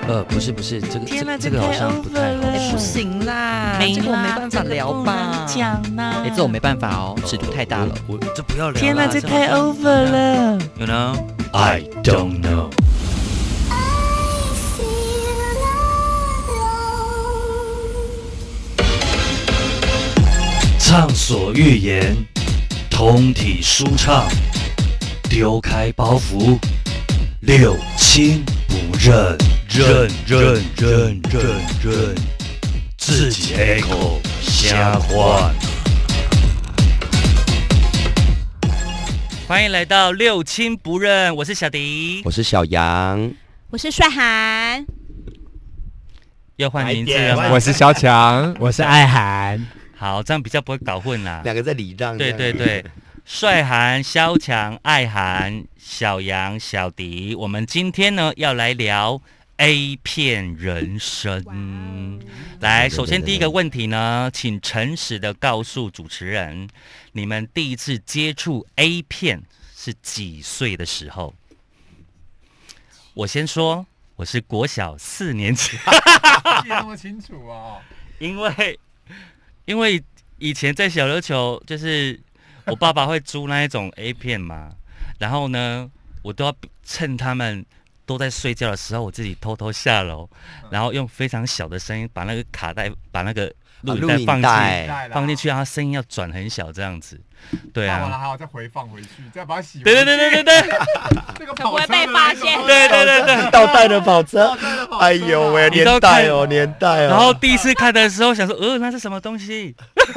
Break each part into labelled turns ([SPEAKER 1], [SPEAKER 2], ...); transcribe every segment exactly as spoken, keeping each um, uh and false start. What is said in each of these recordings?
[SPEAKER 1] 呃，不是不是，这个
[SPEAKER 2] 天哪，
[SPEAKER 1] 这个好像不太好
[SPEAKER 2] 哎，不
[SPEAKER 1] 说。
[SPEAKER 2] 行啦，
[SPEAKER 3] 没
[SPEAKER 2] 这个我
[SPEAKER 3] 啦
[SPEAKER 2] 没办法聊吧？
[SPEAKER 3] 讲啦，
[SPEAKER 1] 哎，这我没办法哦，尺度太大了。
[SPEAKER 4] 我这不要聊啦。
[SPEAKER 2] 天哪，这太
[SPEAKER 4] 好像
[SPEAKER 2] over 了。
[SPEAKER 4] You know, I don't know。畅所欲言，通体舒畅，丢开包袱，六亲不认，认认认认认，自己 A 口瞎换。欢迎来到六亲不认，我是小迪，
[SPEAKER 1] 我是小杨，
[SPEAKER 3] 我是帅涵，
[SPEAKER 4] 要换名字了吗？
[SPEAKER 5] 我是小强，我是爱涵。
[SPEAKER 4] 好，这样比较不会搞混啦。
[SPEAKER 1] 两个在礼让。
[SPEAKER 4] 对对对，帅涵、萧强、爱涵、小杨、小迪，我们今天呢要来聊 A 片人生。来，首先第一个问题呢，请诚实的告诉主持人，你们第一次接触 A 片是几岁的时候？我先说，我是国小四年级。
[SPEAKER 5] 记得那么清楚哦。
[SPEAKER 4] 因为因为以前在小琉球，就是我爸爸会租那一种 A 片嘛，然后呢，我都要趁他们都在睡觉的时候，我自己偷偷下楼，然后用非常小的声音把那个卡带、把那个录影带放进、
[SPEAKER 1] 啊、
[SPEAKER 4] 放进去，然后声音要转很小，这样子。对啊，
[SPEAKER 5] 完了还要再回放回去，再把它洗回去。
[SPEAKER 4] 对对对对对对，
[SPEAKER 5] 这个
[SPEAKER 3] 不会被发现。
[SPEAKER 4] 对对对对，
[SPEAKER 1] 倒带的跑车，哎呦喂，年代哦年代哦。
[SPEAKER 4] 然后第一次看的时候想说，呃，那是什么东西？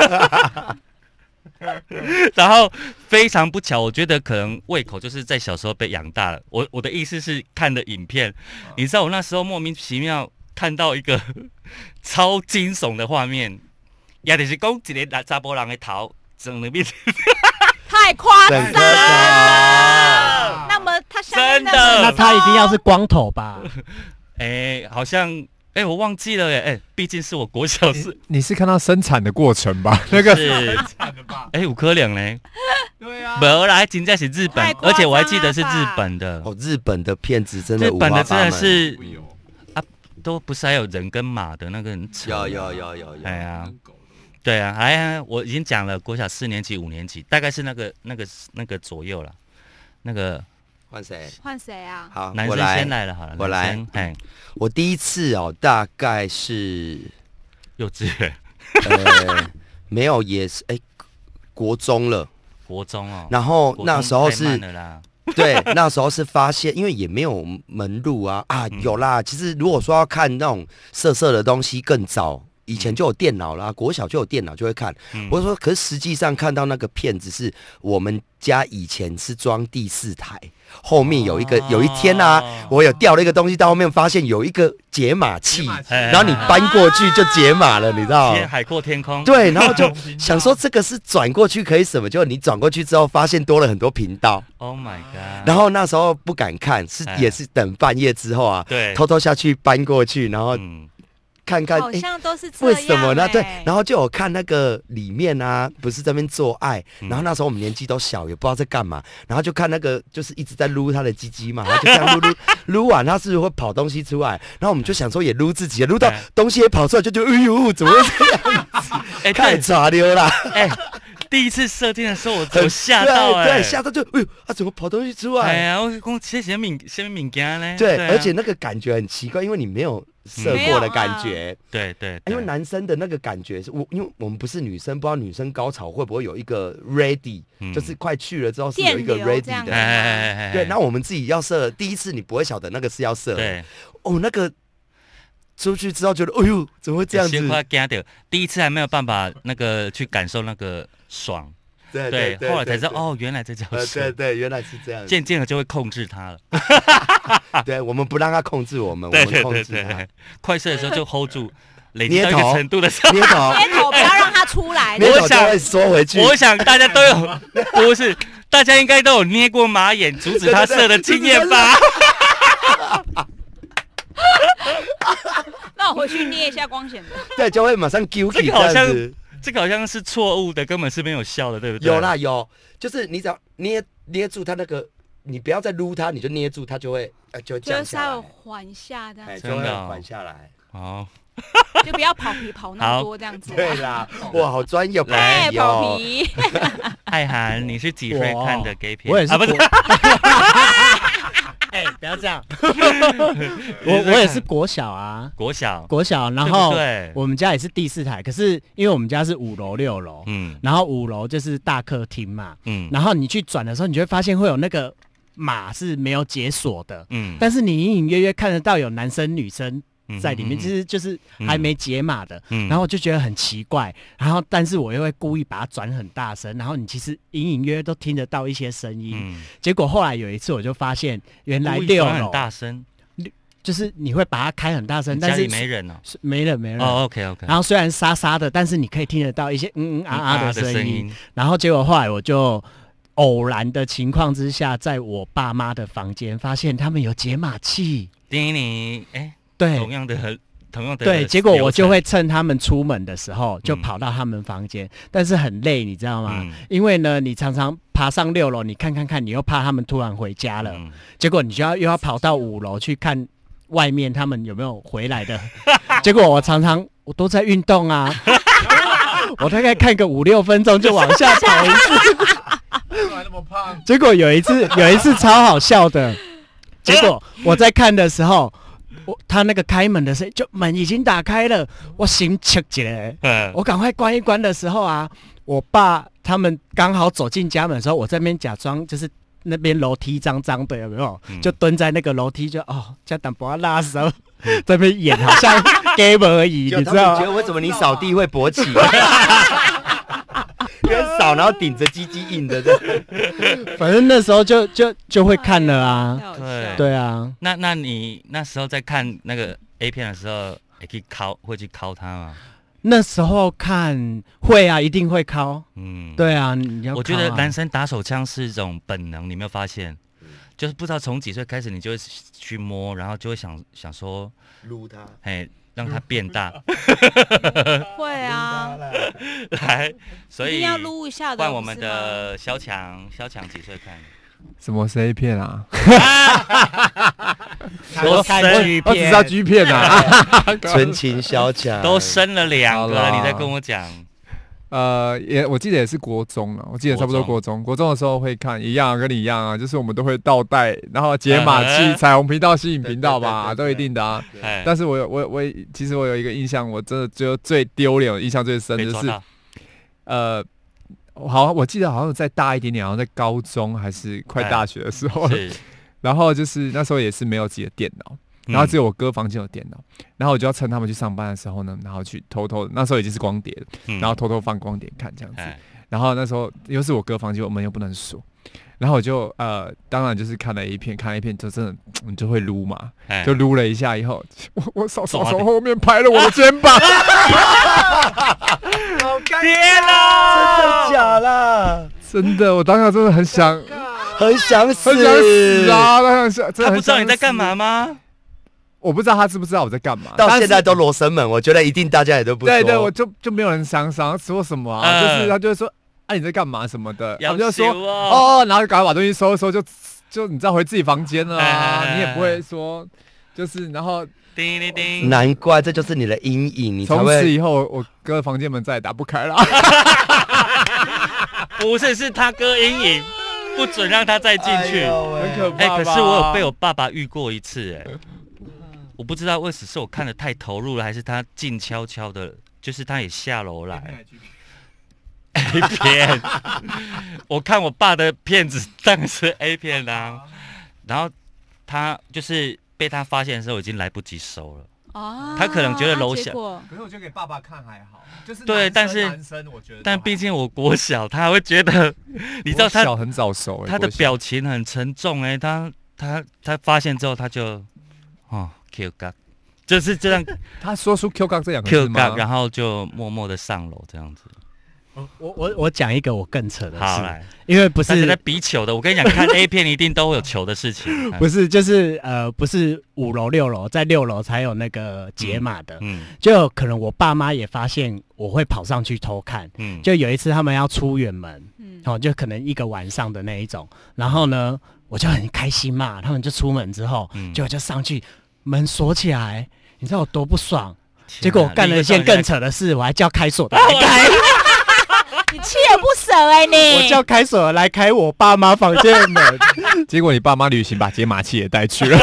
[SPEAKER 4] 然后非常不巧，我觉得可能胃口就是在小时候被养大了。我我的意思是看的影片，你知道我那时候莫名其妙看到一个超惊悚的画面，也就是讲一个查甫人的头整了面，
[SPEAKER 3] 太夸张了。那么他
[SPEAKER 4] 真的，
[SPEAKER 6] 那他一定要是光头吧？
[SPEAKER 4] 哎，好像。哎、欸，我忘记了耶！哎、欸，毕竟是我国小是，
[SPEAKER 5] 你是看到生产的过程吧？那个
[SPEAKER 4] 是
[SPEAKER 5] 生产的吧？
[SPEAKER 4] 哎、欸，五颗两嘞，
[SPEAKER 5] 对啊，
[SPEAKER 4] 没来，真正是日本，而且我还记得是日本的。
[SPEAKER 1] 哦，日本的片子真的
[SPEAKER 4] 日本的真的是
[SPEAKER 5] 啊，
[SPEAKER 4] 都不是还有人跟马的那个很扯。
[SPEAKER 1] 有有有有有。
[SPEAKER 4] 哎呀，对啊，哎呀，我已经讲了，国小四年级、五年级，大概是那个那个那个左右了，那个。
[SPEAKER 1] 换谁？
[SPEAKER 3] 换谁啊？
[SPEAKER 1] 好，
[SPEAKER 4] 男生先来了，好了，
[SPEAKER 1] 我来。
[SPEAKER 4] 哎，
[SPEAKER 1] 我第一次哦，大概是
[SPEAKER 4] 幼稚园，
[SPEAKER 1] 呃，没有，也是哎，国中了。
[SPEAKER 4] 国中哦。
[SPEAKER 1] 然后那时候是，对，那时候是发现，因为也没有门路啊啊，有啦。其实如果说要看那种色色的东西，更早。以前就有电脑啦，国小就有电脑就会看。嗯、我说，可是实际上看到那个片子是我们家以前是装第四台，后面有一个、哦、有一天啊，我有掉了一个东西到后面，发现有一个解码器，然后你搬过去就解码了，啊、你知道吗？
[SPEAKER 4] 海阔天空。
[SPEAKER 1] 对，然后就想说这个是转过去可以什么？结果你转过去之后，发现多了很多频道。
[SPEAKER 4] Oh my god！
[SPEAKER 1] 然后那时候不敢看，是也是等半夜之后啊，
[SPEAKER 4] 对，
[SPEAKER 1] 偷偷下去搬过去，然后。嗯看看，
[SPEAKER 3] 好像都是这样、欸。
[SPEAKER 1] 为什么呢？对，然后就有看那个里面啊，不是这边做爱，然后那时候我们年纪都小，也不知道在干嘛，然后就看那个就是一直在撸他的鸡鸡嘛，然后就这样撸撸撸完，他是不是会跑东西出来？然后我们就想说也撸自己，撸到东西也跑出来，就觉得哎呦，怎么会这样子？哎，太抓溜了！
[SPEAKER 4] 哎。第一次射精的时候，我我吓到哎、
[SPEAKER 1] 欸，对，吓到就哎呦，啊，怎么跑东西出来？
[SPEAKER 4] 哎呀，我讲这些敏什么敏感呢？
[SPEAKER 1] 对，而且那个感觉很奇怪，因为你没有射过的感觉。
[SPEAKER 4] 对对，
[SPEAKER 1] 因为男生的那个感觉是我，因为我们不是女生，不知道女生高潮会不会有一个 ready，、嗯、就是快去了之后是有一个 ready 的。
[SPEAKER 4] 哎
[SPEAKER 1] 对，那我们自己要射，第一次你不会晓得那个是要射。
[SPEAKER 4] 对，
[SPEAKER 1] 哦，那个。出去之后觉得，哎呦，怎么会这样子？
[SPEAKER 4] 先快惊到，第一次还没有办法那个去感受那个爽，
[SPEAKER 1] 对
[SPEAKER 4] 对,
[SPEAKER 1] 对, 对，
[SPEAKER 4] 后来才知道哦，原来这叫爽、呃，
[SPEAKER 1] 对对，原来是这样。
[SPEAKER 4] 渐渐的就会控制它了。
[SPEAKER 1] 对，我们不让它控制我们，
[SPEAKER 4] 对
[SPEAKER 1] 我们控制它。
[SPEAKER 4] 对对对快射的时候就 hold 住，累积到一个程度的时候，
[SPEAKER 1] 捏头，
[SPEAKER 3] 捏头，不要让它出来。
[SPEAKER 1] 捏头就会缩回去。
[SPEAKER 4] 我想大家都有，不是，大家应该都有捏过马眼，阻止它射的经验吧？
[SPEAKER 3] 那我回去捏一下光显的，
[SPEAKER 1] 对，就会马上揪起。
[SPEAKER 4] 这个好像，这个好像是错误的，根本是没有效的，对不对？
[SPEAKER 1] 有啦有，就是你只要捏捏住它那个你不要再撸它，你就捏住它就会呃就会
[SPEAKER 3] 就
[SPEAKER 1] 降下来
[SPEAKER 3] 是稍微，缓下这样
[SPEAKER 1] 哎，
[SPEAKER 3] 子，
[SPEAKER 1] 就会
[SPEAKER 4] 真的哦
[SPEAKER 1] 缓下来。
[SPEAKER 4] 哦，
[SPEAKER 3] 就不要跑皮跑那么多这样子。
[SPEAKER 1] 对啦，哇，好专业，
[SPEAKER 3] 哎，
[SPEAKER 1] 跑
[SPEAKER 3] 跑
[SPEAKER 1] 皮哦。
[SPEAKER 3] 皮，
[SPEAKER 4] 爱涵，你是几岁看的 gay 片？
[SPEAKER 6] 我也是
[SPEAKER 4] 啊，不是
[SPEAKER 6] 国，哎、不要这样，我我也是国小啊，
[SPEAKER 4] 国小，
[SPEAKER 6] 国小，然
[SPEAKER 4] 对
[SPEAKER 6] 后
[SPEAKER 4] 不对
[SPEAKER 6] 我们家也是第四台，可是因为我们家是五楼六楼，
[SPEAKER 4] 嗯
[SPEAKER 6] 然后五楼就是大客厅嘛，
[SPEAKER 4] 嗯
[SPEAKER 6] 然后你去转的时候，你就会发现会有那个码是没有解锁的，
[SPEAKER 4] 嗯
[SPEAKER 6] 但是你隐隐约约看得到有男生女生在里面，
[SPEAKER 4] 嗯
[SPEAKER 6] 其实就是还没解码的，
[SPEAKER 4] 嗯
[SPEAKER 6] 然后我就觉得很奇怪，然后但是我又会故意把它转很大声，然后你其实隐隐约约都听得到一些声音，
[SPEAKER 4] 嗯，
[SPEAKER 6] 结果后来有一次我就发现，原来
[SPEAKER 4] 故意
[SPEAKER 6] 六
[SPEAKER 4] 转很
[SPEAKER 6] 楼
[SPEAKER 4] 大声，
[SPEAKER 6] 就是你会把它开很大声，但是
[SPEAKER 4] 家里没人哦。
[SPEAKER 6] 是没人没人。
[SPEAKER 4] 哦，OK OK，
[SPEAKER 6] 然后虽然沙沙的，但是你可以听得到一些嗯嗯啊啊的声音。
[SPEAKER 4] 音，
[SPEAKER 6] 然后结果后来我就偶然的情况之下，在我爸妈的房间发现他们有解码器。
[SPEAKER 4] 叮你，哎，
[SPEAKER 6] 对
[SPEAKER 4] 同样的同样的
[SPEAKER 6] 对，结果我就
[SPEAKER 4] 流
[SPEAKER 6] 会趁他们出门的时候就
[SPEAKER 4] 嗯
[SPEAKER 6] 跑到他们房间，但是很累，你知道吗？
[SPEAKER 4] 嗯
[SPEAKER 6] 因为呢，你常常爬上六楼，你看看看，你又怕他们突然回家了，
[SPEAKER 4] 程嗯
[SPEAKER 6] 结果你就要又要跑到五楼去看外面他们有没有回来的。结果我常常我都在运动啊，我大概看个五六分钟就往下跑一次。
[SPEAKER 5] 还那么胖，
[SPEAKER 6] 结果有一次有一次超好笑的，结果我在看的时候，我他那个开门的声音，就门已经打开了，我心切起来，
[SPEAKER 4] 嗯
[SPEAKER 6] 我赶快关一关的时候啊，我爸他们刚好走进家门的时候，我在那边假装就是那边楼梯脏脏的，有没有？
[SPEAKER 4] 嗯
[SPEAKER 6] 就蹲在那个楼梯就哦，叫等不要拉手，在那边演好像 game 而已，
[SPEAKER 1] 就
[SPEAKER 6] 你知道吗？
[SPEAKER 1] 他们觉得为什么你扫地会勃起？边扫然后顶着鸡鸡硬的这，
[SPEAKER 6] 反正那时候就就就会看了啊，
[SPEAKER 3] 太好笑
[SPEAKER 4] 对
[SPEAKER 6] 对啊。
[SPEAKER 4] 那那你那时候在看那个 A 片的时候，也可以敲，会去敲它吗？
[SPEAKER 6] 那时候看会啊，一定会敲。
[SPEAKER 4] 嗯，
[SPEAKER 6] 对啊，你要、啊。
[SPEAKER 4] 我觉得男生打手枪是一种本能，你有没有发现？就是不知道从几岁开始，你就会去摸，然后就会想想说，
[SPEAKER 1] 撸它，
[SPEAKER 4] 哎，让它变大，
[SPEAKER 3] 会啊，
[SPEAKER 4] 来，所以
[SPEAKER 3] 一定要撸一下的。
[SPEAKER 4] 换我们
[SPEAKER 3] 不是吗
[SPEAKER 4] 的萧强，萧强几岁看？
[SPEAKER 5] 什么是 A 片啊？
[SPEAKER 6] 都看 G 片，
[SPEAKER 5] 我只知道 G 片啊。
[SPEAKER 1] 纯情小强
[SPEAKER 4] 都生了两个了，
[SPEAKER 5] 好啦
[SPEAKER 4] 你再跟我讲，
[SPEAKER 5] 呃，也我记得也是国中了，我记得差不多国中，国中的时候会看，一样跟你一样啊，就是我们都会倒带，然后解码器、
[SPEAKER 4] 嗯
[SPEAKER 5] 彩虹频道、吸引频道吧，
[SPEAKER 1] 对对对对
[SPEAKER 5] 都一定的啊。
[SPEAKER 4] 哎，
[SPEAKER 5] 但是我有我我其实我有一个印象，我真的就最丢脸，我印象最深的就是
[SPEAKER 4] 被抓到，
[SPEAKER 5] 呃，好像我记得好像再大一点点，好像在高中还是快大学的时候，
[SPEAKER 4] 是，
[SPEAKER 5] 然后就是那时候也是没有自己的电脑。然后只有我哥房间有电脑，然后我就要趁他们去上班的时候呢，然后去偷偷的，那时候已经是光碟了，
[SPEAKER 4] 嗯
[SPEAKER 5] 然后偷偷放光碟看这样子。
[SPEAKER 4] 哎
[SPEAKER 5] 然后那时候又是我哥房间，我门又不能锁，然后我就呃，当然就是看了一片，看了一片就真的你就会撸嘛，
[SPEAKER 4] 哎
[SPEAKER 5] 就撸了一下以后，我我嫂嫂从后面拍了我的肩膀，
[SPEAKER 4] 天哪！
[SPEAKER 1] 真的假啦？
[SPEAKER 5] 真的，我当时真的很想
[SPEAKER 1] 很想死，
[SPEAKER 5] 很想死！啊，很想，真的
[SPEAKER 4] 他不
[SPEAKER 5] 很想
[SPEAKER 4] 知道你在干嘛
[SPEAKER 5] 死？
[SPEAKER 4] 吗？
[SPEAKER 5] 我不知道他知不知道我在干嘛，
[SPEAKER 1] 到
[SPEAKER 5] 但是
[SPEAKER 1] 现在都罗生门，我觉得一定大家也都不说。
[SPEAKER 5] 对对，我就就没有人想想要说什么啊，
[SPEAKER 4] 嗯
[SPEAKER 5] 就是他就会说啊你在干嘛什么的，
[SPEAKER 4] 要
[SPEAKER 5] 我就说
[SPEAKER 4] 羞哦，
[SPEAKER 5] 哦，然后就赶快把东西收一收，就就你知道回自己房间了啊，
[SPEAKER 4] 哎
[SPEAKER 5] 你也不会说就是然后
[SPEAKER 4] 叮叮叮，
[SPEAKER 1] 难怪这就是你的阴影，你才
[SPEAKER 5] 从此
[SPEAKER 1] 会
[SPEAKER 5] 以后我哥的房间门再也打不开了。
[SPEAKER 4] 不是，是他哥阴影，不准让他再进去。
[SPEAKER 1] 哎呦喂
[SPEAKER 5] 很可怕
[SPEAKER 4] 哎、可是我有被
[SPEAKER 5] 我
[SPEAKER 4] 我爸爸遇过一次、哎，我不知道为什么是我看的太投入了，还是他静悄悄的，就是他也下楼来。A 片，我看我爸的片子当然是 A 片啦、啊，然后他就是被他发现的时候已经来不及收了。
[SPEAKER 3] 哦，
[SPEAKER 4] 他可能觉得楼下
[SPEAKER 3] 结果
[SPEAKER 5] 可是我觉得给爸爸看还好，就是
[SPEAKER 4] 对但是
[SPEAKER 5] 男生我觉得，
[SPEAKER 4] 但毕竟我国小，他还会觉得，你知道他
[SPEAKER 5] 小很早熟，
[SPEAKER 4] 他的表情很沉重哎、他他他发现之后他就哦 Q 嘎，就是这样
[SPEAKER 5] 他说出 Q 杠这两个
[SPEAKER 4] Q
[SPEAKER 5] 字吗？
[SPEAKER 4] 嘎，然后就默默的上楼这样子。
[SPEAKER 6] 我我我讲一个我更扯的事，
[SPEAKER 4] 好来，
[SPEAKER 6] 因为不
[SPEAKER 4] 大家在
[SPEAKER 6] 是
[SPEAKER 4] 比糗的，我跟你讲，看 A 片一定都会有糗的事情。
[SPEAKER 6] 不是就是呃不是五楼六楼，在六楼才有那个解码的，
[SPEAKER 4] 嗯
[SPEAKER 6] 就可能我爸妈也发现我会跑上去偷看，
[SPEAKER 4] 嗯，
[SPEAKER 6] 就有一次他们要出远门，
[SPEAKER 3] 嗯，
[SPEAKER 6] 哦，就可能一个晚上的那一种，然后呢， 我就很开心嘛。他们就出门之后，
[SPEAKER 4] 嗯
[SPEAKER 6] 结果就上去门锁起来，你知道我多不爽。
[SPEAKER 4] 天啊
[SPEAKER 6] 结果我干了一件更扯的事，我还叫开锁的来开，
[SPEAKER 3] 你锲而不舍哎、你。
[SPEAKER 6] 我叫开锁的来开我爸妈房间的门。
[SPEAKER 5] 结果你爸妈旅行把解码器也带去了。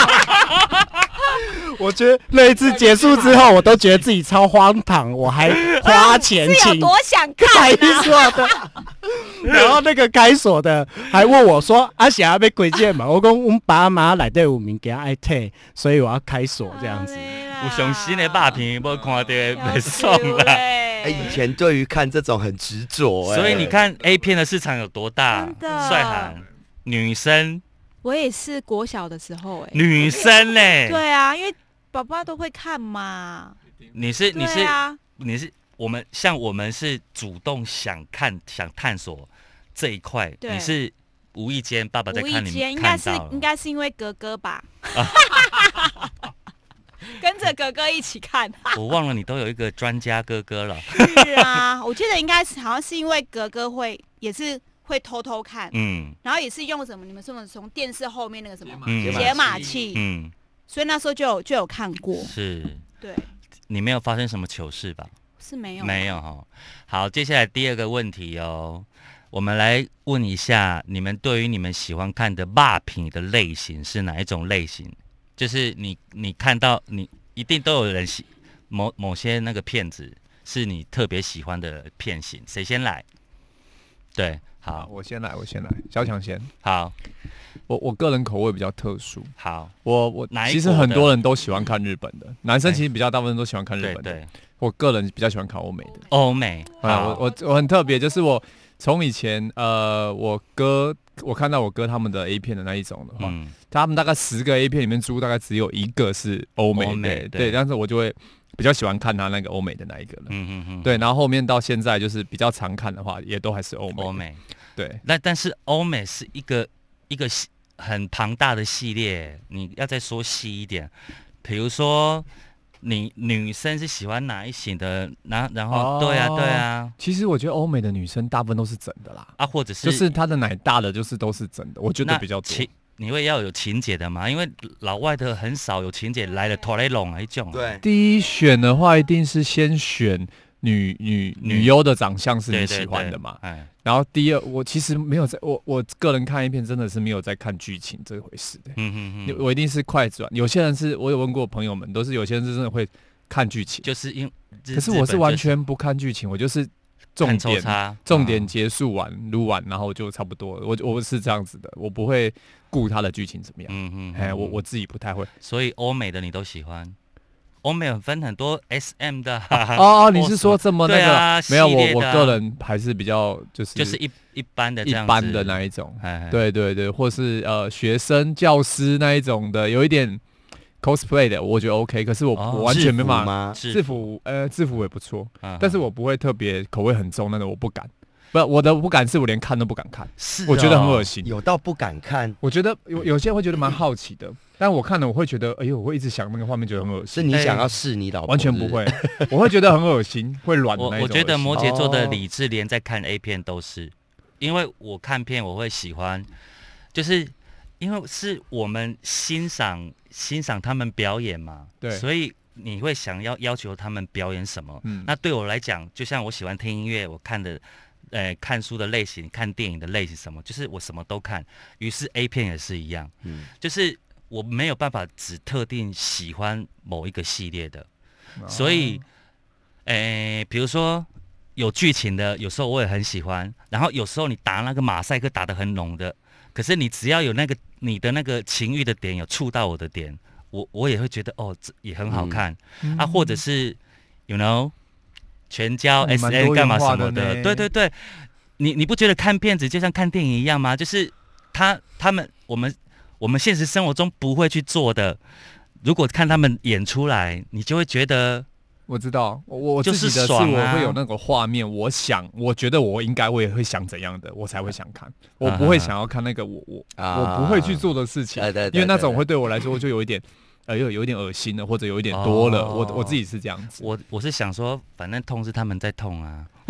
[SPEAKER 6] 我觉得那一次结束之后，我都觉得自己超荒唐，我还花钱
[SPEAKER 3] 是有
[SPEAKER 6] 请
[SPEAKER 3] 多想
[SPEAKER 6] 开
[SPEAKER 3] 看啊？
[SPEAKER 6] 锁的，然后那个开锁的还问我说：“阿霞要被鬼见嘛？”我讲我们爸妈来对有名给他爱退，所以我要开锁这样子。
[SPEAKER 4] 有上新的肉片无看到袂爽啦。
[SPEAKER 1] 哎，以前对于看这种很执着，哎，
[SPEAKER 4] 所以你看 A 片的市场有多大？
[SPEAKER 3] 真的
[SPEAKER 4] 帅韩女生，
[SPEAKER 3] 我也是国小的时候哎、
[SPEAKER 4] 女生嘞，
[SPEAKER 3] 对啊，因为宝宝都会看嘛。
[SPEAKER 4] 你是你是
[SPEAKER 3] 对啊，
[SPEAKER 4] 你是我们像我们是主动想看想探索这一块，
[SPEAKER 3] 对
[SPEAKER 4] 你是无意间爸爸在
[SPEAKER 3] 无意
[SPEAKER 4] 看你
[SPEAKER 3] 间应该是
[SPEAKER 4] 看到了
[SPEAKER 3] 应该是因为哥哥吧，跟着哥哥一起看。
[SPEAKER 4] 我忘了你都有一个专家哥哥了，
[SPEAKER 3] 是啊，我记得应该是好像是因为哥哥会也是会偷偷看，
[SPEAKER 4] 嗯
[SPEAKER 3] 然后也是用什么你们说的从电视后面那个什么
[SPEAKER 4] 嗯
[SPEAKER 3] 解码器，
[SPEAKER 4] 嗯，
[SPEAKER 3] 所以那时候就有就有看过。
[SPEAKER 4] 是
[SPEAKER 3] 对，
[SPEAKER 4] 你没有发生什么糗事吧？
[SPEAKER 3] 是没有
[SPEAKER 4] 没有哈。好，接下来第二个问题哦，我们来问一下，你们对于你们喜欢看的肉片的类型是哪一种类型？就是你你看到你一定都有人喜某某些那个片子是你特别喜欢的片型，谁先来？对，
[SPEAKER 5] 好，
[SPEAKER 4] 好，
[SPEAKER 5] 我先来，我先来，小强先。
[SPEAKER 4] 好，
[SPEAKER 5] 我我个人口味比较特殊，
[SPEAKER 4] 好，
[SPEAKER 5] 我我
[SPEAKER 4] 哪一
[SPEAKER 5] 其实
[SPEAKER 4] 国的
[SPEAKER 5] 很多人都喜欢看日本的，男生其实比较大部分都喜欢看日本的。
[SPEAKER 4] 对对，
[SPEAKER 5] 我个人比较喜欢看欧美的。
[SPEAKER 4] 欧美，
[SPEAKER 5] 啊，
[SPEAKER 4] 好，
[SPEAKER 5] 我我我很特别，就是我从以前呃，我哥我看到我哥他们的 A 片的那一种的话，
[SPEAKER 4] 嗯
[SPEAKER 5] 他们大概十个 A 片里面出大概只有一个是欧美的，
[SPEAKER 4] 欧美
[SPEAKER 5] 对，
[SPEAKER 4] 对
[SPEAKER 5] 但是我就会比较喜欢看他那个欧美的那一个了。
[SPEAKER 4] 嗯嗯嗯，
[SPEAKER 5] 对，然后后面到现在就是比较常看的话，也都还是欧美的。
[SPEAKER 4] 欧美。
[SPEAKER 5] 对，
[SPEAKER 4] 那但是欧美是一个一个系很庞大的系列，你要再说细一点，比如说你女生是喜欢哪一型的，然然后、
[SPEAKER 5] 哦
[SPEAKER 4] 对啊对啊
[SPEAKER 5] 其实我觉得欧美的女生大部分都是整的啦，
[SPEAKER 4] 啊，或者是
[SPEAKER 5] 就是她的奶大的就是都是整的，我觉得
[SPEAKER 4] 那
[SPEAKER 5] 比较多。
[SPEAKER 4] 情你会要有情节的嘛？因为老外的很少有情节来了拖雷龙啊一种啊，
[SPEAKER 1] 对，
[SPEAKER 5] 第一选的话，一定是先选女女女优的长相是你
[SPEAKER 4] 对对
[SPEAKER 5] 喜欢的嘛。
[SPEAKER 4] 对哎，
[SPEAKER 5] 然后第二，我其实没有在，我我个人看一片真的是没有在看剧情这回事的。
[SPEAKER 4] 嗯嗯嗯，
[SPEAKER 5] 我一定是快转，有些人是我有问过朋友们，都是有些人是真的会看剧情，
[SPEAKER 4] 就是因
[SPEAKER 5] 可是我是完全不看剧情，我就是重
[SPEAKER 4] 看抽
[SPEAKER 5] 点
[SPEAKER 4] 插
[SPEAKER 5] 重点结束完撸完，然后就差不多了。我我是这样子的，我不会顾他的剧情怎么样。
[SPEAKER 4] 嗯嗯，
[SPEAKER 5] 哎，
[SPEAKER 4] 嗯
[SPEAKER 5] 我我自己不太会。
[SPEAKER 4] 所以欧美的你都喜欢，欧美有分很多 S M 的、啊，
[SPEAKER 5] 哦哦，你是说这么那个？
[SPEAKER 4] 对啊
[SPEAKER 5] 没有，
[SPEAKER 4] 系列的啊
[SPEAKER 5] 我我个人还是比较就是
[SPEAKER 4] 就是一一般的这
[SPEAKER 5] 一
[SPEAKER 4] 样子
[SPEAKER 5] 般的那一种。
[SPEAKER 4] 哎哎
[SPEAKER 5] 对对对，或是呃学生、教师那一种的，有一点 cosplay 的，我觉得 OK。可是我、
[SPEAKER 4] 哦
[SPEAKER 5] 我完全没办法。
[SPEAKER 1] 吗？
[SPEAKER 5] 制服呃制服也不错，
[SPEAKER 4] 嗯
[SPEAKER 5] 但是我不会特别口味很重，那个我不敢。不，我的不敢是我连看都不敢看，
[SPEAKER 4] 是
[SPEAKER 5] 我觉得很恶
[SPEAKER 4] 心。
[SPEAKER 5] 心。
[SPEAKER 1] 有到不敢看，
[SPEAKER 5] 我觉得有有些人会觉得蛮好奇的，但我看了我会觉得，哎呦，我会一直想那个画面，觉得很恶心。
[SPEAKER 1] 是你想要试你老婆？
[SPEAKER 5] 完全不会，我会觉得很恶心，会软的
[SPEAKER 4] 我
[SPEAKER 5] 那一种恶心。
[SPEAKER 4] 我觉得摩羯座的
[SPEAKER 1] 哦
[SPEAKER 4] 理智连在看 A 片都是，因为我看片我会喜欢，就是因为是我们欣赏欣赏他们表演嘛，
[SPEAKER 5] 对
[SPEAKER 4] 所以你会想要要求他们表演什么。
[SPEAKER 5] 嗯
[SPEAKER 4] 那对我来讲，就像我喜欢听音乐，我看的。呃，看书的类型，看电影的类型什么，就是我什么都看。于是 A 片也是一样，
[SPEAKER 1] 嗯
[SPEAKER 4] 就是我没有办法只特定喜欢某一个系列的，
[SPEAKER 5] 哦
[SPEAKER 4] 所以，诶、比如说有剧情的，有时候我也很喜欢。然后有时候你打那个马赛克打得很浓的，可是你只要有那个你的那个情欲的点有触到我的点，我我也会觉得哦，这也很好看、
[SPEAKER 5] 嗯
[SPEAKER 4] 啊，或者是 you know 全交
[SPEAKER 5] 那你
[SPEAKER 4] S
[SPEAKER 5] 蛮
[SPEAKER 4] N
[SPEAKER 5] 多元
[SPEAKER 4] 干嘛什么
[SPEAKER 5] 化的呢
[SPEAKER 4] 的，对对对，你你不觉得看片子就像看电影一样吗？就是他他们我们我们现实生活中不会去做的，如果看他们演出来，你就会觉得
[SPEAKER 5] 我知道，我我自
[SPEAKER 4] 就是
[SPEAKER 5] 己的是
[SPEAKER 4] 爽啊
[SPEAKER 5] 我会有那个画面，我想，我觉得我应该我也会想怎样的，我才会想看，我不会想要看那个我我
[SPEAKER 1] 啊
[SPEAKER 5] 我不会去做的事情，
[SPEAKER 1] 对对对
[SPEAKER 5] 因为那种
[SPEAKER 1] 对
[SPEAKER 5] 会对我来说就有一点。呃，有有一点恶心了，或者有一点多了，
[SPEAKER 4] 哦
[SPEAKER 5] 我我自己是这样子。
[SPEAKER 4] 我我是想说，反正痛是他们在痛啊。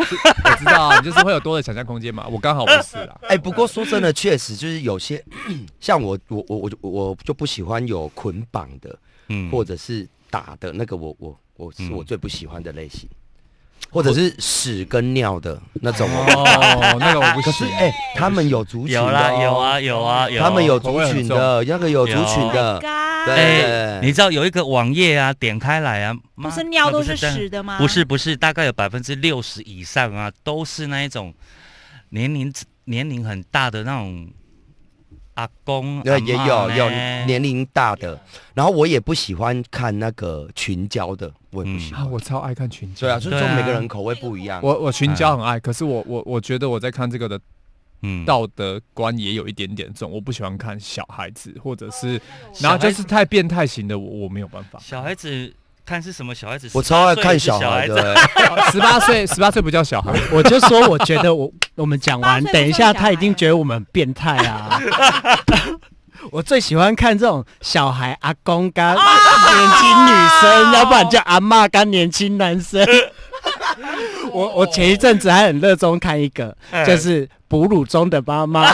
[SPEAKER 5] 我知道啊，你就是会有多的想象空间嘛。我刚好不是啊。
[SPEAKER 1] 哎、不过说真的，确实就是有些像我，我我我我就不喜欢有捆绑的，
[SPEAKER 4] 嗯
[SPEAKER 1] 或者是打的那个我，我我是
[SPEAKER 4] 嗯
[SPEAKER 1] 我最不喜欢的类型，或者是屎跟尿的那种我。
[SPEAKER 5] 哦，那个我不
[SPEAKER 1] 可是
[SPEAKER 5] 行。
[SPEAKER 1] 哎、他们有族群的、哦，
[SPEAKER 4] 有啦，有啊，有啊，有。
[SPEAKER 1] 他们有族群的，那个有族群的，对。
[SPEAKER 4] 哎，你知道有一个网页啊，点开来啊，
[SPEAKER 3] 不是尿都是屎的吗？
[SPEAKER 4] 不是，不是，大概有百分之六十以上啊，都是那一种年龄年龄很大的那种阿公，
[SPEAKER 1] 对，也有有
[SPEAKER 4] 呢
[SPEAKER 1] 年龄大的，然后我也不喜欢看那个群交的，我也不喜欢。
[SPEAKER 5] 啊，我超爱看群交。
[SPEAKER 1] 对啊，所以
[SPEAKER 4] 对啊
[SPEAKER 1] 说每个人口味不一样。
[SPEAKER 5] 我我群交很爱，可是我我我觉得我在看这个的
[SPEAKER 4] 嗯
[SPEAKER 5] 道德观也有一点点重，我不喜欢看小孩子，或者是然后就是太变态型的，我我没有办法。
[SPEAKER 4] 小孩子看是什么小孩子，
[SPEAKER 1] 我超爱看小
[SPEAKER 4] 小
[SPEAKER 1] 孩的、
[SPEAKER 4] 子。
[SPEAKER 1] 欸，
[SPEAKER 5] 十八岁十八岁不叫小孩，
[SPEAKER 6] 我就说，我觉得我我们讲完，
[SPEAKER 3] 八岁不
[SPEAKER 6] 等一下
[SPEAKER 3] 算小孩
[SPEAKER 6] 他一定觉得我们变态啊。我最喜欢看这种小孩阿公跟年轻女生，要不然叫阿嬷跟年轻男生。我我前一阵子还很热衷看一个，就是哺乳中的妈妈。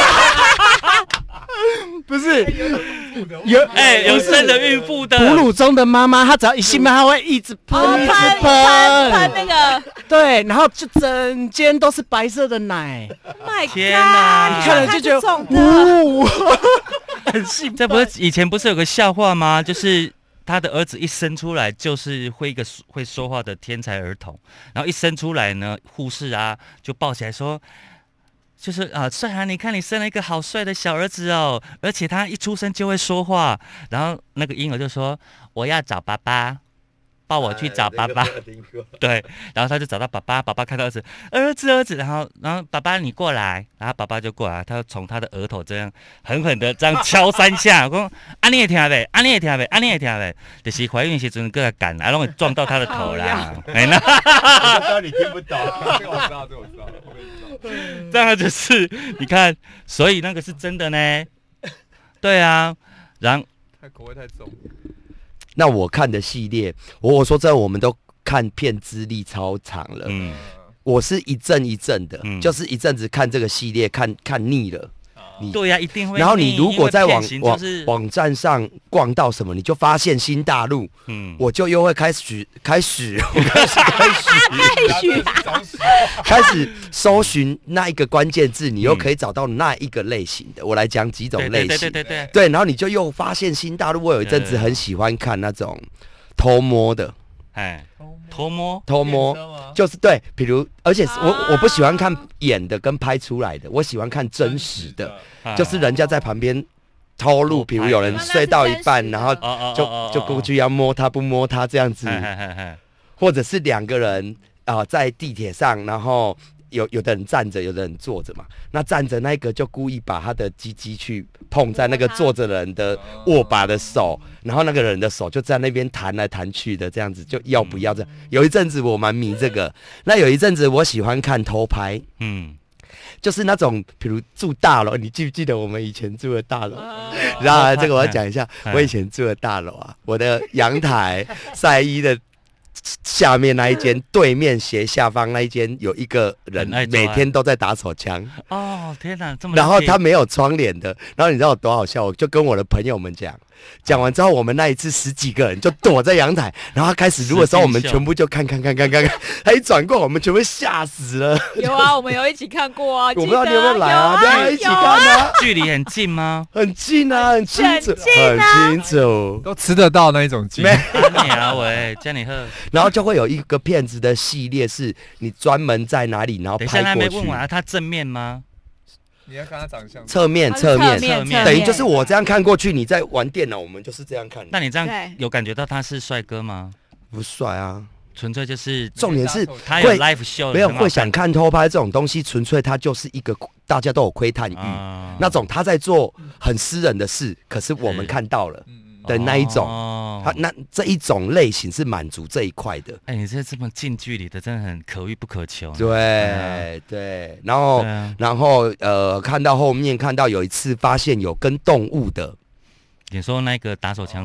[SPEAKER 6] 不是有
[SPEAKER 4] 哎，有生的孕妇的
[SPEAKER 6] 哺乳中的妈妈，她只要一兴奋，她会一直喷，
[SPEAKER 3] 哦，
[SPEAKER 6] 一直
[SPEAKER 3] 喷喷
[SPEAKER 6] 喷
[SPEAKER 3] 喷那个
[SPEAKER 6] 对，然后就整间都是白色的奶，
[SPEAKER 3] ，My
[SPEAKER 4] 天哪
[SPEAKER 3] God，
[SPEAKER 6] 你看了就觉得
[SPEAKER 3] 这种的，
[SPEAKER 6] 呜，很兴奋。
[SPEAKER 4] 这不是以前不是有个笑话吗？就是他的儿子一生出来就是会一个会说话的天才儿童，然后一生出来呢，护士啊就抱起来说。就是啊，帅涵，你看你生了一个好帅的小儿子哦，而且他一出生就会说话。然后那个婴儿就说：“我要找爸爸，抱我去找爸爸。”对，然后他就找到爸爸，爸爸看到儿子，儿子儿子，然后然后爸爸你过来，然后爸爸就过来，他就从他的额头这样狠狠的这样敲三下，我说啊你也听呗，啊你也听呗，啊你也听呗，就是怀孕的时阵个赶来，然后撞到他的头啦，哎那，
[SPEAKER 1] 我知道你听不懂，
[SPEAKER 5] 这个我知道，这个我知道，我跟你说。
[SPEAKER 4] 这样就是你看，所以那个是真的呢，对啊，然后
[SPEAKER 5] 太口味太重。
[SPEAKER 1] 那我看的系列，我我说真的，我们都看片资历超长了。
[SPEAKER 4] 嗯
[SPEAKER 1] 我是一阵一阵的，
[SPEAKER 4] 嗯
[SPEAKER 1] 就是一阵子看这个系列，看看腻了。你
[SPEAKER 4] 对呀、啊，一定会腻。
[SPEAKER 1] 然后你如果在网网、
[SPEAKER 4] 就是、
[SPEAKER 1] 网站上逛到什么，你就发现新大陆，
[SPEAKER 4] 嗯，
[SPEAKER 1] 我就又会开始开始我开始开始
[SPEAKER 3] 开始
[SPEAKER 1] 开始搜寻那一个关键字，你又可以找到那一个类型的。我来讲几种类型，
[SPEAKER 4] 对对对对对
[SPEAKER 1] 对，然后你就又发现新大陆。我有一阵子很喜欢看那种偷摸的，
[SPEAKER 4] 哎，偷摸
[SPEAKER 1] 偷摸就是对，比如而且是我我不喜欢看演的跟拍出来的，我喜欢看真实的，就是人家在旁边偷录，比如有人睡到一半，然后就就过去要摸他不摸他这样子，或者是两个人啊、呃、在地铁上，然后有有的人站着，有的人坐着嘛，那站着那个就故意把他的鸡鸡去碰在那个坐着的人的握把的手，然后那个人的手就在那边弹来弹去的，这样子就要不要这样？有一阵子我蛮迷这个，那有一阵子我喜欢看偷拍，嗯。就是那种，比如住大楼，你记不记得我们以前住的大楼？然后这个我要讲一下，我以前住的大楼啊，我的阳台晒衣的下面那一间，对面斜下方那一间有一个人，每天都在打手枪。
[SPEAKER 4] 哦，天哪，这么……
[SPEAKER 1] 然后他没有窗帘的，然后你知道有多好笑？我就跟我的朋友们讲。讲完之后，我们那一次十几个人就躲在阳台，然后他开始录的时候，我们全部就看看看看看看，他一转过，我们全部吓死了。
[SPEAKER 3] 有啊，我们有一起看过啊，
[SPEAKER 1] 我不知道你有没有来啊？大家一起看啊。
[SPEAKER 4] 距离很近吗？
[SPEAKER 1] 很近啊，很清楚，
[SPEAKER 3] 很
[SPEAKER 1] 很清楚，
[SPEAKER 5] 都吃得到那一种近。
[SPEAKER 1] 没
[SPEAKER 4] 你啊喂，叫你喝。
[SPEAKER 1] 然后就会有一个片子的系列，是你专门在哪里，然后拍过去。
[SPEAKER 4] 等一下，他没问完啊，他正面吗？
[SPEAKER 5] 你要看他长相，
[SPEAKER 1] 侧面，侧面，
[SPEAKER 3] 侧面，
[SPEAKER 1] 等于就是我这样看过去，你在玩电脑，我们就是这样看。
[SPEAKER 4] 那你这样有感觉到他是帅哥吗？
[SPEAKER 1] 不帅啊，
[SPEAKER 4] 纯粹就是
[SPEAKER 1] 重点是
[SPEAKER 4] 他有 live show，
[SPEAKER 1] 没有会想看偷拍这种东西，纯粹他就是一个大家都有窥探欲、
[SPEAKER 4] 啊、
[SPEAKER 1] 那种他在做很私人的事，可是我们看到了的那一种。哦他那这一种类型是满足这一块的。
[SPEAKER 4] 哎、欸，你这这么近距离的，真的很可遇不可求。
[SPEAKER 1] 对、啊、对，然后、啊、然后呃，看到后面看到有一次发现有跟动物的，
[SPEAKER 4] 你说那个打手枪的、哦，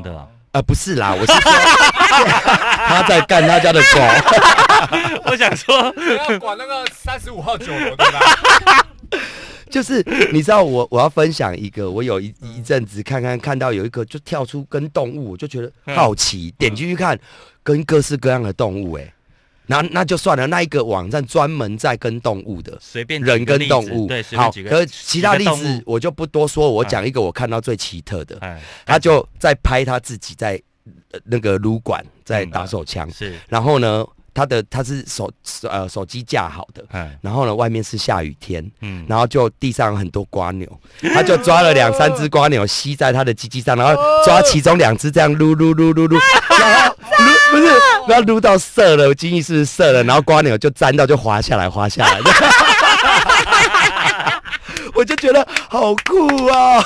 [SPEAKER 1] 呃，不是啦，我是说他在干他家的狗。
[SPEAKER 4] 我想说，
[SPEAKER 5] 要管那个三十五号酒楼对吧？
[SPEAKER 1] 就是你知道我我要分享一个，我有一一阵子看看看到有一个就跳出跟动物，我就觉得好奇，点进去看，跟各式各样的动物、欸，哎，那那就算了，那一个网站专门在跟动物的，
[SPEAKER 4] 随便
[SPEAKER 1] 人跟动物，
[SPEAKER 4] 对，随
[SPEAKER 1] 好，
[SPEAKER 4] 便举个
[SPEAKER 1] 可是其他例子我就不多说，我讲一个我看到最奇特的，他就在拍他自己在那个撸管在打手枪、嗯，是，然后呢。他的他是手呃手机架好的，然后呢外面是下雨天，嗯，然后就地上有很多蝸牛，他就抓了两三只蝸牛吸在他的鸡鸡上，然后抓其中两只这样撸撸撸撸撸，然后撸不是，然后撸到射了，精液是不是射了？然后蝸牛就沾到就滑下来滑下来，我就觉得好酷啊！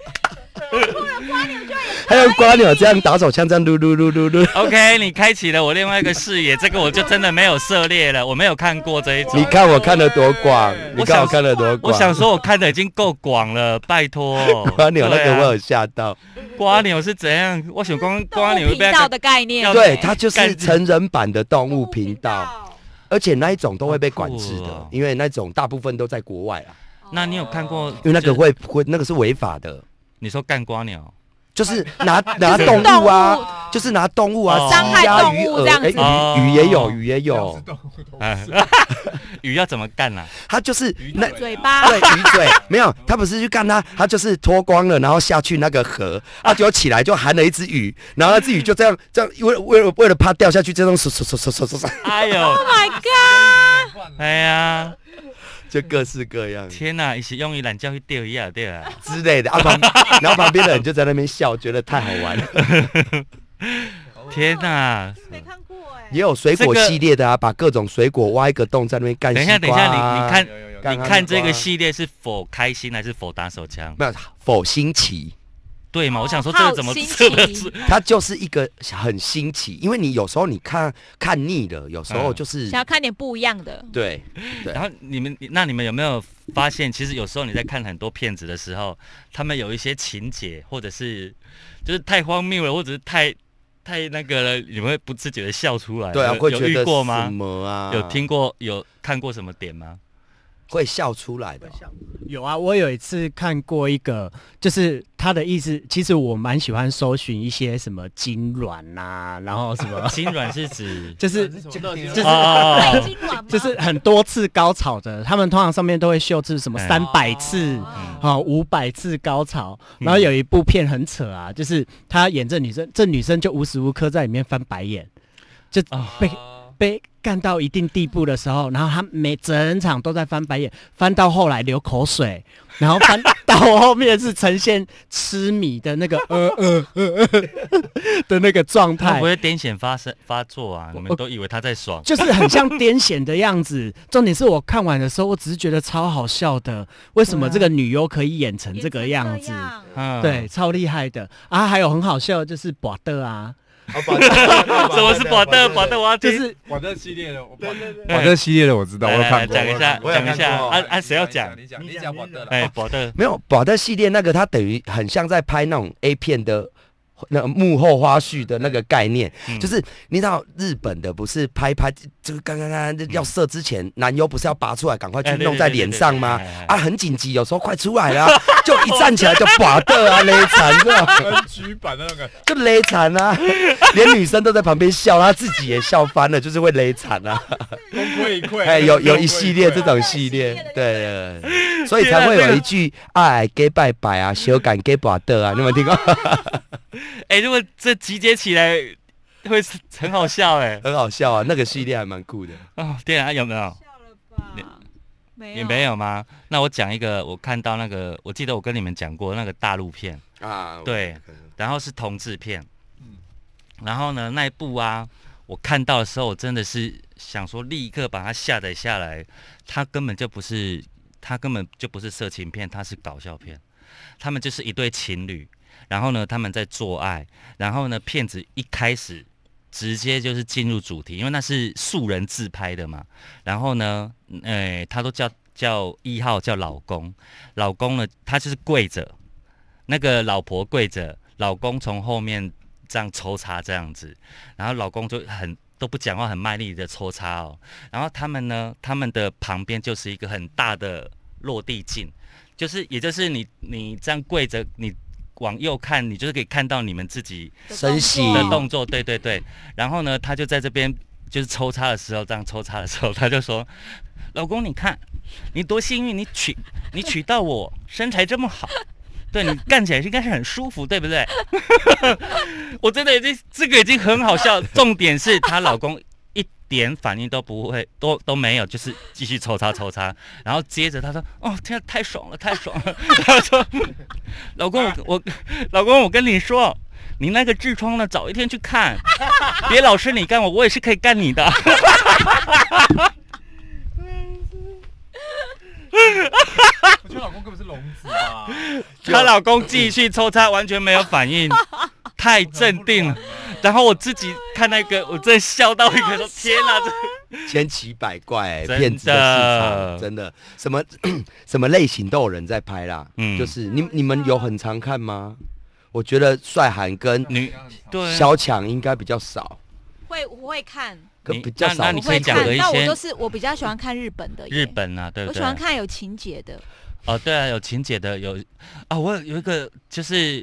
[SPEAKER 1] 还有蝸牛这样打手枪，这样撸撸撸撸撸。
[SPEAKER 4] OK， 你开启了我另外一个视野，这个我就真的没有涉猎了，我没有看过这一种。
[SPEAKER 1] 你看我看得多广，你看我看得多广。
[SPEAKER 4] 我想说，我看的已经够广了，拜托。
[SPEAKER 1] 蝸牛那个我有吓到。
[SPEAKER 4] 蝸牛是怎样？我想光蝸牛
[SPEAKER 3] 频道的概念，
[SPEAKER 1] 对，它就是成人版的动物频道，而且那一种都会被管制的，哦、因为那种大部分都在国外啊。
[SPEAKER 4] 那你有看过？
[SPEAKER 1] 因为那个会会那个是违法的。
[SPEAKER 4] 你说干蝸牛？
[SPEAKER 1] 就是拿拿动物啊，就是拿动物啊，
[SPEAKER 3] 伤害动物这样子。
[SPEAKER 1] 鱼鱼也有，鱼也有。
[SPEAKER 4] 鱼要怎么干啊？
[SPEAKER 1] 他就是那
[SPEAKER 3] 嘴巴，
[SPEAKER 1] 对，鱼嘴没有，他不是去干他，他就是脱光了，然后下去那个河，啊，就起来就含了一只鱼，然后那只鱼就这样这样，为为了为了怕掉下去，这种手手手手手手手。
[SPEAKER 4] 哎呦
[SPEAKER 3] ！Oh my god！
[SPEAKER 4] 哎呀。
[SPEAKER 1] 就各式各样。
[SPEAKER 4] 天哪、啊，一起用一懒觉去钓鱼啊，对啊
[SPEAKER 1] 之类的啊，然后旁边的人就在那边笑，觉得太好玩了。
[SPEAKER 4] 天哪、啊，
[SPEAKER 3] 没看过哎、欸。
[SPEAKER 1] 也有水果系列的啊，把各种水果挖一个洞在那边干西瓜、啊。
[SPEAKER 4] 等一下，等一下，你你看，你看这个系列是否开心还是否打手枪？
[SPEAKER 1] 没有，否新奇。
[SPEAKER 4] 对嘛？我想说这个怎么测的是？
[SPEAKER 1] 它就是一个很新奇，因为你有时候你看看腻了，有时候就是、
[SPEAKER 3] 嗯、想要看点不一样的。
[SPEAKER 1] 对，对
[SPEAKER 4] 然后你们那你们有没有发现，其实有时候你在看很多片子的时候，他们有一些情节或者是就是太荒谬了，或者是太太那个了，你们会不自觉的笑出来。
[SPEAKER 1] 对啊，会觉得
[SPEAKER 4] 有遇过吗？
[SPEAKER 1] 什么啊？
[SPEAKER 4] 有听过有看过什么点吗？
[SPEAKER 1] 会笑出来的、哦。
[SPEAKER 6] 有啊，我有一次看过一个，就是他的意思，其实我蛮喜欢搜寻一些什么精卵呐，然后什么
[SPEAKER 4] 精卵是指
[SPEAKER 6] 就是就是
[SPEAKER 4] 哦
[SPEAKER 6] 就是很多次高潮的，他们通常上面都会秀是什么三百次啊五百次高潮，然后有一部片很扯啊，就是他演这女生，这女生就无时无刻在里面翻白眼，就被、哦、被。干到一定地步的时候，然后他每整场都在翻白眼，翻到后来流口水，然后翻到后面是呈现痴迷的那个呃呃呃呃的那个状态。
[SPEAKER 4] 他不会癫痫发生发作啊？你们都以为他在爽，
[SPEAKER 6] 就是很像癫痫的样子。重点是我看完的时候，我只是觉得超好笑的。为什么这个女优可以演成这个样子？
[SPEAKER 4] 嗯、
[SPEAKER 6] 对，超厉害的啊！还有很好笑的就是博的啊。
[SPEAKER 4] 什么是保特？保特我要
[SPEAKER 5] 就是保特系列的，保特系列的我知道，我有看过。
[SPEAKER 4] 讲一下，讲一下，啊啊，谁要讲？
[SPEAKER 5] 你讲，你讲保特。
[SPEAKER 4] 哎，保特
[SPEAKER 1] 没有保特系列那个，它等于很像在拍那种 A 片的。那个幕后花絮的那个概念，嗯、就是你知道日本的不是拍拍这个刚刚刚要射之前，嗯、男优不是要拔出来赶快去弄在脸上吗？啊，很紧急，有时候快出来了，就一站起来就拔的啊，勒惨是吧？
[SPEAKER 5] 很举版的那个，
[SPEAKER 1] 就勒惨啊，连女生都在旁边笑，他自己也笑翻了，就是会勒惨啊。
[SPEAKER 5] 功亏一篑。
[SPEAKER 1] 哎，有有一系列这种系列，对对，所以才会有一句爱给拜拜啊，修改给拔的啊，你有没有听过？
[SPEAKER 4] 哎、欸，如果这集结起来会很好笑哎、欸，
[SPEAKER 1] 很好笑啊！那个系列还蛮酷的
[SPEAKER 4] 哦。对啊，有没有？
[SPEAKER 3] 笑了吧？没有，
[SPEAKER 4] 也没有吗？那我讲一个，我看到那个，我记得我跟你们讲过那个大陆片啊，对，然后是同志片，嗯，然后呢那一部啊，我看到的时候，我真的是想说立刻把它下载下来，它根本就不是，它根本就不是色情片，它是搞笑片，他们就是一对情侣。然后呢，他们在做爱，然后呢，片子一开始直接就是进入主题，因为那是素人自拍的嘛。然后呢，哎，他都叫叫一号叫老公，老公呢，他就是跪着，那个老婆跪着，老公从后面这样抽插这样子，然后老公就很都不讲话，很卖力的抽插哦。然后他们呢，他们的旁边就是一个很大的落地镜，就是也就是你你这样跪着，你往右看，你就是可以看到你们自己
[SPEAKER 1] 身形
[SPEAKER 4] 的动作，对对对。然后呢，他就在这边就是抽插的时候，这样抽插的时候，他就说：“老公，你看你多幸运，你娶你娶到我，身材这么好。”对你干起来应该是很舒服，对不对？我真的已经这个已经很好笑。重点是她老公一点反应都不会，都都没有，就是继续抽插抽插。然后接着他说：“哦，天啊，太爽了，太爽了！”他说：“老公，我我老公，我跟你说，你那个痔疮呢，早一天去看，别老是你干我，我也是可以干你的。”
[SPEAKER 5] 我觉得老公根本是聋子吧。
[SPEAKER 4] 她老公继续抽插，完全没有反应，太镇定了。然后我自己看那个，我真的笑到一个说：“天哪，这
[SPEAKER 1] 千奇百怪、
[SPEAKER 4] 真的
[SPEAKER 1] 骗子的市场，真的什么什么类型都有人在拍啦。
[SPEAKER 4] 嗯
[SPEAKER 1] 就是你你们有很常看吗？我觉得帅涵跟
[SPEAKER 4] 女对啊
[SPEAKER 1] 小强应该比较少，
[SPEAKER 3] 会我会看，
[SPEAKER 4] 你
[SPEAKER 1] 可比较少。
[SPEAKER 4] 那那你可以
[SPEAKER 3] 我会看
[SPEAKER 4] 讲的一，些
[SPEAKER 3] 但我都是我比较喜欢看日本的耶，
[SPEAKER 4] 日本啊，对不对？
[SPEAKER 3] 我喜欢看有情节的。
[SPEAKER 4] 哦，对啊，有情节的有啊，我有有一个就是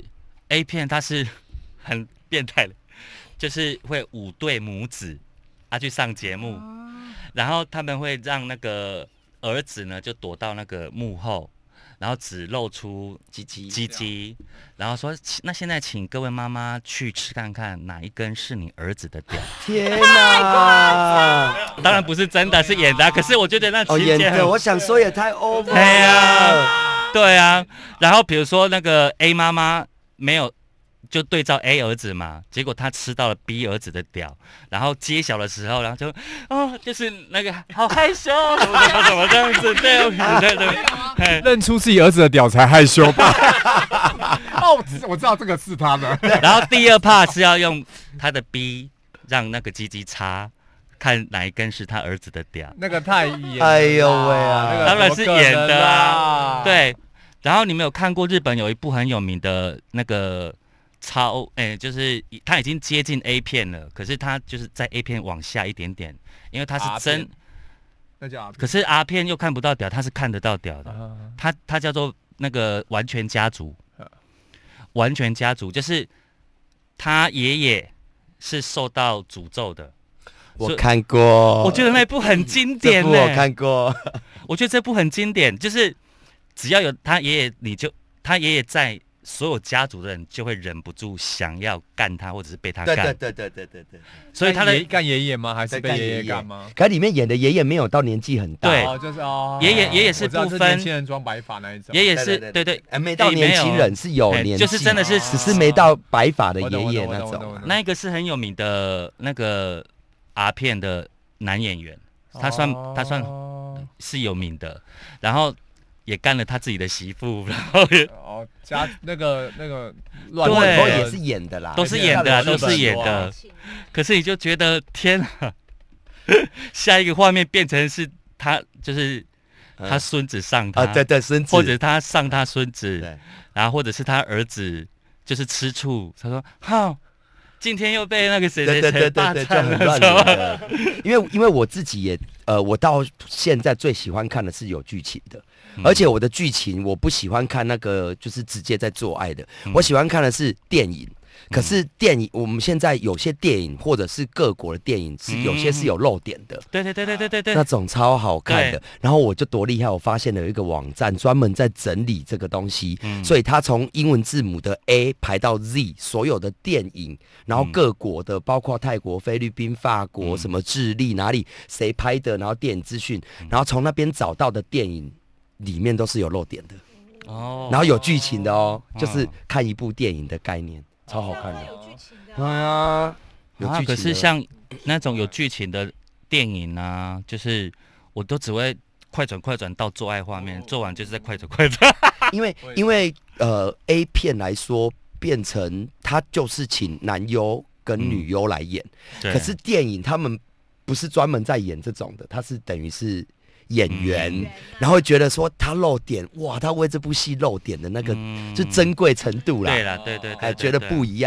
[SPEAKER 4] A 片，它是很变态的，就是会五对母子啊去上节目，然后他们会让那个儿子呢就躲到那个幕后，然后只露出
[SPEAKER 1] 鸡鸡
[SPEAKER 4] 鸡鸡，然后说那现在请各位妈妈去吃看看哪一根是你儿子的屌。
[SPEAKER 1] 天哪！
[SPEAKER 4] 当然不是真的，是演的啊、可是我觉得那
[SPEAKER 1] 哦，
[SPEAKER 4] 情节很
[SPEAKER 1] 演的，我想说也太 over
[SPEAKER 4] 哎呀
[SPEAKER 1] 了。
[SPEAKER 4] 对啊，然后比如说那个 A 妈妈没有就对照 A 儿子嘛，结果他吃到了 B 儿子的屌，然后揭晓的时候，然后就哦，就是那个好害羞，什么什么什么这样子，对对对对，
[SPEAKER 5] 认出自己儿子的屌才害羞吧？哦，我知我知道这个是他的。
[SPEAKER 4] 然后第二 part 是要用他的 B 让那个鸡鸡插，看哪一根是他儿子的屌。
[SPEAKER 5] 那个太演了，
[SPEAKER 1] 哎呦喂啊
[SPEAKER 5] 那个
[SPEAKER 4] 当然是演的啊
[SPEAKER 5] 啊。
[SPEAKER 4] 对，然后你们有看过日本有一部很有名的那个超，哎、就是它已经接近 A 片了，可是它就是在 A 片往下一点点，因为它是
[SPEAKER 5] R
[SPEAKER 4] 真
[SPEAKER 5] 片，那叫 R 片
[SPEAKER 4] 可是 R 片又看不到屌，它是看得到屌的，
[SPEAKER 5] 啊
[SPEAKER 4] 它它叫做那个完全家族
[SPEAKER 5] 啊，
[SPEAKER 4] 完全家族就是他爷爷是受到诅咒的。
[SPEAKER 1] 我看过，
[SPEAKER 4] 我觉得那部很经
[SPEAKER 1] 这
[SPEAKER 4] 典呢、
[SPEAKER 1] 部我看过。
[SPEAKER 4] 我觉得这部很经典，就是只要有他爷爷，你就他爷爷在，所有家族的人就会忍不住想要干他，或者是被他干。
[SPEAKER 1] 对对对对对对对。
[SPEAKER 4] 所以他的
[SPEAKER 5] 干爷干爷爷吗？还是
[SPEAKER 1] 对干
[SPEAKER 5] 被爷爷
[SPEAKER 1] 爷爷
[SPEAKER 5] 干吗？
[SPEAKER 1] 可里面演的爷爷没有到年纪很大，
[SPEAKER 4] 对
[SPEAKER 5] 哦，就是哦，
[SPEAKER 4] 爷爷爷爷是
[SPEAKER 5] 我知道
[SPEAKER 4] 不分
[SPEAKER 5] 是年轻人装白发那一种。
[SPEAKER 4] 爷爷是
[SPEAKER 1] 对
[SPEAKER 4] 对对，
[SPEAKER 1] 哎，没到年轻人是有
[SPEAKER 4] 哎
[SPEAKER 1] 年纪，
[SPEAKER 4] 就是真的是
[SPEAKER 1] 只是没到白发的
[SPEAKER 5] 我懂
[SPEAKER 1] 爷爷那
[SPEAKER 5] 我懂我懂我
[SPEAKER 1] 种
[SPEAKER 5] 懂。
[SPEAKER 4] 那一个是很有名的那个 R 片的男演员，他算他算
[SPEAKER 5] 哦
[SPEAKER 4] 是有名的，然后也干了他自己的媳妇，然后也
[SPEAKER 5] 哦，加那个那个乱
[SPEAKER 1] 不过
[SPEAKER 4] 对
[SPEAKER 1] 不过也是演的啦，
[SPEAKER 4] 都是演的啊，
[SPEAKER 5] 日本
[SPEAKER 4] 都是演的。可是你就觉得天啊，下一个画面变成是他就是他孙子上他，
[SPEAKER 1] 啊，对对，孙子
[SPEAKER 4] 或者他上他孙子，
[SPEAKER 1] 对
[SPEAKER 4] 然后或者是他儿子就是吃醋，他说好，今天又被那个谁谁
[SPEAKER 1] 对对对
[SPEAKER 4] 谁霸
[SPEAKER 1] 对对，就
[SPEAKER 4] 占了，
[SPEAKER 1] 很乱
[SPEAKER 4] 什么
[SPEAKER 1] 的。因为因为我自己也呃，我到现在最喜欢看的是有剧情的，
[SPEAKER 4] 嗯
[SPEAKER 1] 而且我的剧情我不喜欢看那个就是直接在做爱的，
[SPEAKER 4] 嗯
[SPEAKER 1] 我喜欢看的是电影。可是电影，我们现在有些电影或者是各国的电影是有些是有漏点的，
[SPEAKER 4] 对对对对对对对
[SPEAKER 1] 那，种超好看的
[SPEAKER 4] 对。
[SPEAKER 1] 然后我就多厉害，我发现了有一个网站专门在整理这个东西，
[SPEAKER 4] 嗯
[SPEAKER 1] 所以他从英文字母的 A 排到 Z， 所有的电影，然后各国的，包括泰国、菲律宾、法国、
[SPEAKER 4] 嗯
[SPEAKER 1] 什么智利哪里谁拍的，然后电影资讯，然后从那边找到的电影里面都是有漏点的，
[SPEAKER 4] 哦
[SPEAKER 1] 然后有剧情的哦，
[SPEAKER 4] 嗯
[SPEAKER 1] 就是看一部电影的概念，超好看的。
[SPEAKER 3] 有剧情的
[SPEAKER 1] 对啊，有
[SPEAKER 4] 啊，
[SPEAKER 1] 剧情的。
[SPEAKER 4] 可是像那种有剧情的电影啊，就是我都只会快转快转到做爱画面，做完就是在快转快转。
[SPEAKER 1] 因为因为呃 A 片来说，变成他就是请男优跟女优来演，
[SPEAKER 4] 对
[SPEAKER 1] 可是电影他们不是专门在演这种的，他是等于是演员，
[SPEAKER 4] 嗯
[SPEAKER 1] 然后觉得说他漏点，哇，他为这部戏漏点的那个、
[SPEAKER 4] 嗯
[SPEAKER 1] 就珍贵程度啦，
[SPEAKER 4] 对啦，对对对
[SPEAKER 1] 哎，
[SPEAKER 4] 对
[SPEAKER 1] 觉得
[SPEAKER 4] 对
[SPEAKER 1] 不一样啊。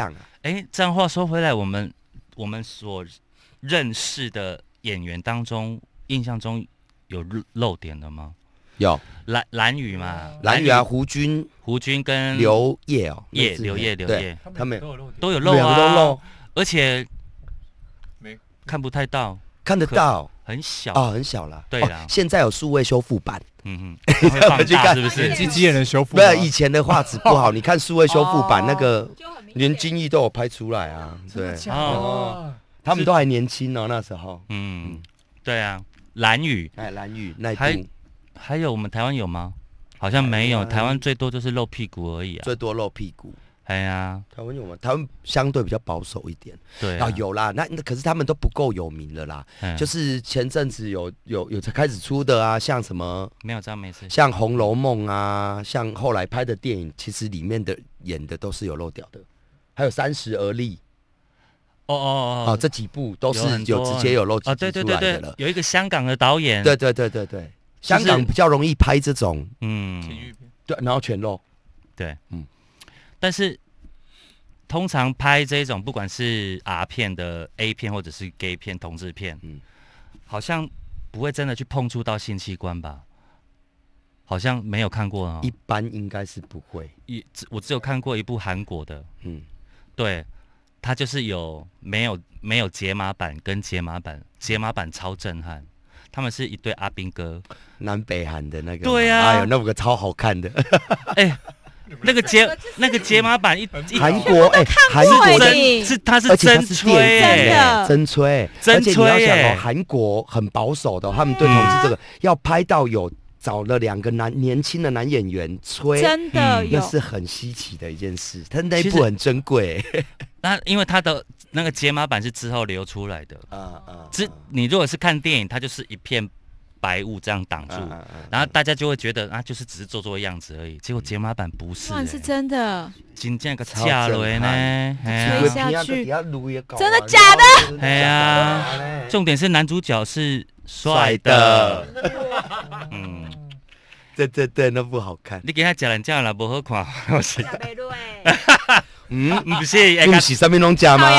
[SPEAKER 4] 哎，这样话说回来，我们我们所认识的演员当中，印象中有漏点的吗？
[SPEAKER 1] 有
[SPEAKER 4] 蓝蓝宇嘛，
[SPEAKER 1] 蓝宇啊，胡军、
[SPEAKER 4] 胡军跟
[SPEAKER 1] 刘烨哦，
[SPEAKER 4] 烨、刘烨、刘烨，
[SPEAKER 1] 他们
[SPEAKER 4] 都有漏啊，
[SPEAKER 1] 两个都漏，
[SPEAKER 4] 而且看不太到，
[SPEAKER 1] 看得到，
[SPEAKER 4] 很小
[SPEAKER 1] 哦，很小啦。
[SPEAKER 4] 对啦，
[SPEAKER 1] 现在有数位修复版，
[SPEAKER 4] 嗯哼，放大是不是？
[SPEAKER 5] 机器人修复，
[SPEAKER 1] 不是以前的画质不好，你看数位修复版那个，连金翼都有拍出来啊。对，
[SPEAKER 5] 哦，
[SPEAKER 1] 他们都还年轻哦，那时候。
[SPEAKER 4] 嗯，对啊，蓝宇，
[SPEAKER 1] 哎，蓝宇那
[SPEAKER 4] 还
[SPEAKER 1] 部
[SPEAKER 4] 还有我们台湾有吗？好像没有，台湾最多就是露屁股而已啊。
[SPEAKER 1] 最多露屁股。
[SPEAKER 4] 哎呀，
[SPEAKER 1] 台湾有吗？台湾相对比较保守一点。
[SPEAKER 4] 对啊，
[SPEAKER 1] 啊，有啦，那那可是他们都不够有名了啦。
[SPEAKER 4] 嗯
[SPEAKER 1] 就是前阵子有有有才开始出的啊，像什么
[SPEAKER 4] 没有这样没事。
[SPEAKER 1] 像《红楼梦》啊，像后来拍的电影，其实里面的演的都是有漏掉的。还有《三十而立》
[SPEAKER 4] 哦哦
[SPEAKER 1] 哦，
[SPEAKER 4] 哦，
[SPEAKER 1] 这几部都是
[SPEAKER 4] 有很多
[SPEAKER 1] 有直接有漏
[SPEAKER 4] 哦，
[SPEAKER 1] 出
[SPEAKER 4] 对对
[SPEAKER 1] 来的了。
[SPEAKER 4] 对对，有一个香港的导演，
[SPEAKER 1] 对对对对对，香港比较容易拍这种，
[SPEAKER 4] 嗯，
[SPEAKER 1] 对，然后全漏。
[SPEAKER 4] 对，
[SPEAKER 1] 嗯，
[SPEAKER 4] 但是通常拍这种不管是 R 片的 A 片或者是 gay 片、同志片，嗯，好像不会真的去碰触到性器官吧？好像没有看过啊、哦。
[SPEAKER 1] 一般应该是不会。
[SPEAKER 4] 一我只有看过一部韩国的，
[SPEAKER 1] 嗯，
[SPEAKER 4] 对，它就是有没有没有解码版跟解码版，解码版超震撼。他们是一对阿兵哥，
[SPEAKER 1] 南北韩的那个，
[SPEAKER 4] 对啊
[SPEAKER 1] 哎呦，那个超好看的。
[SPEAKER 4] 哎、那个解那个解码版一一
[SPEAKER 1] 韩国哎，韩国的
[SPEAKER 4] 真是它是
[SPEAKER 1] 而且它
[SPEAKER 4] 真
[SPEAKER 1] 是电
[SPEAKER 4] 吹
[SPEAKER 1] 影
[SPEAKER 3] 真的
[SPEAKER 1] 真吹，
[SPEAKER 4] 真
[SPEAKER 1] 而且你要
[SPEAKER 4] 吹耶
[SPEAKER 1] 想哦，韩国很保守的哦，他们对同志这个要拍到有找了两个男年轻的男演员吹，
[SPEAKER 3] 真的
[SPEAKER 4] 嗯
[SPEAKER 3] 有
[SPEAKER 1] 那是很稀奇的一件事。他那一
[SPEAKER 4] 其实
[SPEAKER 1] 部很珍贵欸。
[SPEAKER 4] 那因为它的那个解码版是之后流出来的，
[SPEAKER 1] 啊啊，
[SPEAKER 4] 之你如果是看电影，它就是一片白雾这样挡住，
[SPEAKER 1] 啊啊啊
[SPEAKER 4] 然后大家就会觉得啊，就是只是做做样子而已。结果解码版不是、欸，
[SPEAKER 3] 哇，是真的，
[SPEAKER 4] 真正个架了呢，哎
[SPEAKER 3] 吹
[SPEAKER 4] 呀，
[SPEAKER 3] 下去
[SPEAKER 1] 真
[SPEAKER 3] 真的假
[SPEAKER 1] 的
[SPEAKER 4] 哎呀，重点是男主角是帅
[SPEAKER 1] 帅
[SPEAKER 4] 的，
[SPEAKER 1] 的，
[SPEAKER 4] 嗯，
[SPEAKER 1] 对对对，那部好看。
[SPEAKER 4] 你给他讲人家了不好看，我是，
[SPEAKER 1] 嗯，
[SPEAKER 4] 不是，哎
[SPEAKER 1] 用洗三面龙甲吗？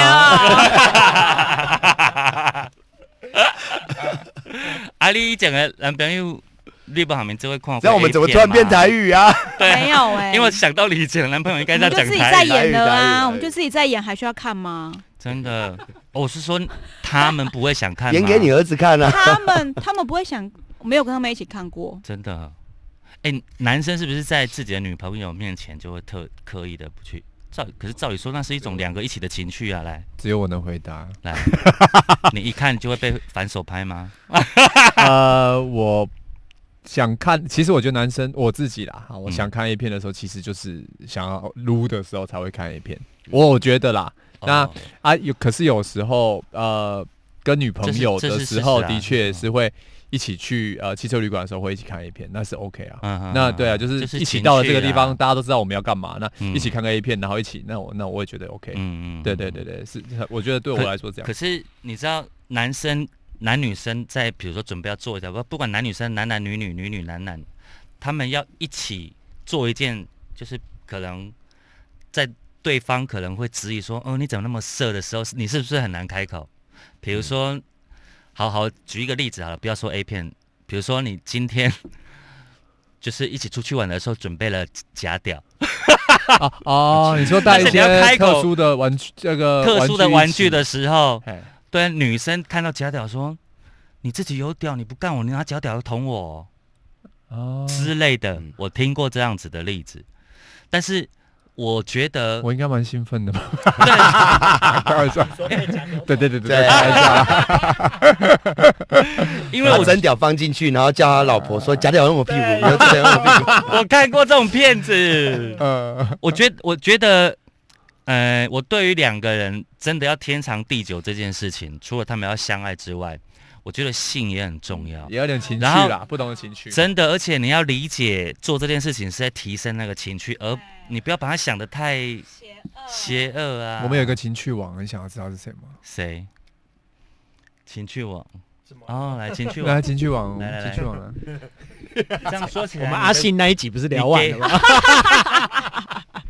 [SPEAKER 4] 啊，你讲的男朋友，你不好面只会看，
[SPEAKER 1] 这样我们怎么突然变台？语啊？
[SPEAKER 3] 没有哎，
[SPEAKER 4] 因为我想到你以前的男朋友应该
[SPEAKER 3] 我
[SPEAKER 4] 在讲
[SPEAKER 3] 们就自己在
[SPEAKER 4] 台语，
[SPEAKER 3] 演的
[SPEAKER 1] 台语台语
[SPEAKER 3] 啊，我们就自己在演，还需要看吗？
[SPEAKER 4] 真的，我是说他们不会想看吗，
[SPEAKER 1] 演给你儿子看啊。
[SPEAKER 3] 他们他们不会想，没有跟他们一起看过。
[SPEAKER 4] 真的，哎、男生是不是在自己的女朋友面前就会特刻意的不去？照可是照理说那是一种两个一起的情趣啊！来
[SPEAKER 5] 只有我能回答。
[SPEAKER 4] 来，你一看就会被反手拍吗？
[SPEAKER 5] 呃，我想看，其实我觉得男生我自己啦，我想看 A 片的时候，其实就是想要撸的时候才会看 A 片。我觉得啦，那
[SPEAKER 4] 哦
[SPEAKER 5] 啊有，可是有时候呃跟女朋友
[SPEAKER 4] 这是这是
[SPEAKER 5] 的时候，
[SPEAKER 4] 事实啊
[SPEAKER 5] 的确是会一起去呃汽车旅馆的时候会一起看 A 片，那是 OK 啊。
[SPEAKER 4] 嗯嗯
[SPEAKER 5] 那对啊，就
[SPEAKER 4] 就是是
[SPEAKER 5] 一起到了这个地方，
[SPEAKER 4] 情趣啦
[SPEAKER 5] 大家都知道我们要干嘛，那
[SPEAKER 4] 嗯
[SPEAKER 5] 一起看个 A 片，然后一起，那我那我也觉得 OK。
[SPEAKER 4] 嗯嗯，
[SPEAKER 5] 对对对对，是，我觉得对我来说这样
[SPEAKER 4] 可。是你知道，男生、男女生在比如说准备要做一下，不不管男女生、男男女女、女女男男，他们要一起做一件，就是可能在对方可能会质疑说：“哦，你怎么那么色？”的时候，你是不是很难开口？比如说，好好举一个例子好了，不要说 A 片，比如说你今天就是一起出去玩的时候，准备了假屌，
[SPEAKER 5] 哦哦，你说带一
[SPEAKER 4] 但是你要开
[SPEAKER 5] 些
[SPEAKER 4] 口
[SPEAKER 5] 特殊的玩具，这个
[SPEAKER 4] 特殊的玩具的
[SPEAKER 5] 时
[SPEAKER 4] 时候，
[SPEAKER 5] 候，
[SPEAKER 4] 对女生看到假屌说：“你自己有屌，你不干我，你拿假屌捅我、
[SPEAKER 5] 哦，
[SPEAKER 4] 之类的。
[SPEAKER 1] 嗯
[SPEAKER 4] 我听过这样子的例子，但是我觉得，
[SPEAKER 5] 我应该蛮兴奋的吧？
[SPEAKER 4] 对，
[SPEAKER 5] 开玩笑，对对对对对，
[SPEAKER 1] 对
[SPEAKER 5] 开玩笑啦。
[SPEAKER 4] 因为我
[SPEAKER 1] 把真屌放进去，然后叫他老婆说假屌用我屁股，你要真屌用我屁股。
[SPEAKER 4] 我看过这种片子，
[SPEAKER 5] 呃，
[SPEAKER 4] 我觉得我觉得，呃，我对于两个人真的要天长地久这件事情，除了他们要相爱之外，我觉得性也很重要。
[SPEAKER 5] 也有点情绪
[SPEAKER 4] 然后
[SPEAKER 5] 啦，不同的情绪。
[SPEAKER 4] 真的，而且你要理解做这件事情是在提升那个情趣，而你不要把它想得太邪恶啊。
[SPEAKER 5] 我们有一个情趣网，你想要知道是谁吗？
[SPEAKER 4] 谁？情趣网。哦，来情趣网
[SPEAKER 5] 来，情趣网，
[SPEAKER 4] 来来来
[SPEAKER 5] 情趣网啊。
[SPEAKER 4] 这样说起来，
[SPEAKER 6] 我们阿信那一集不是聊完了吗？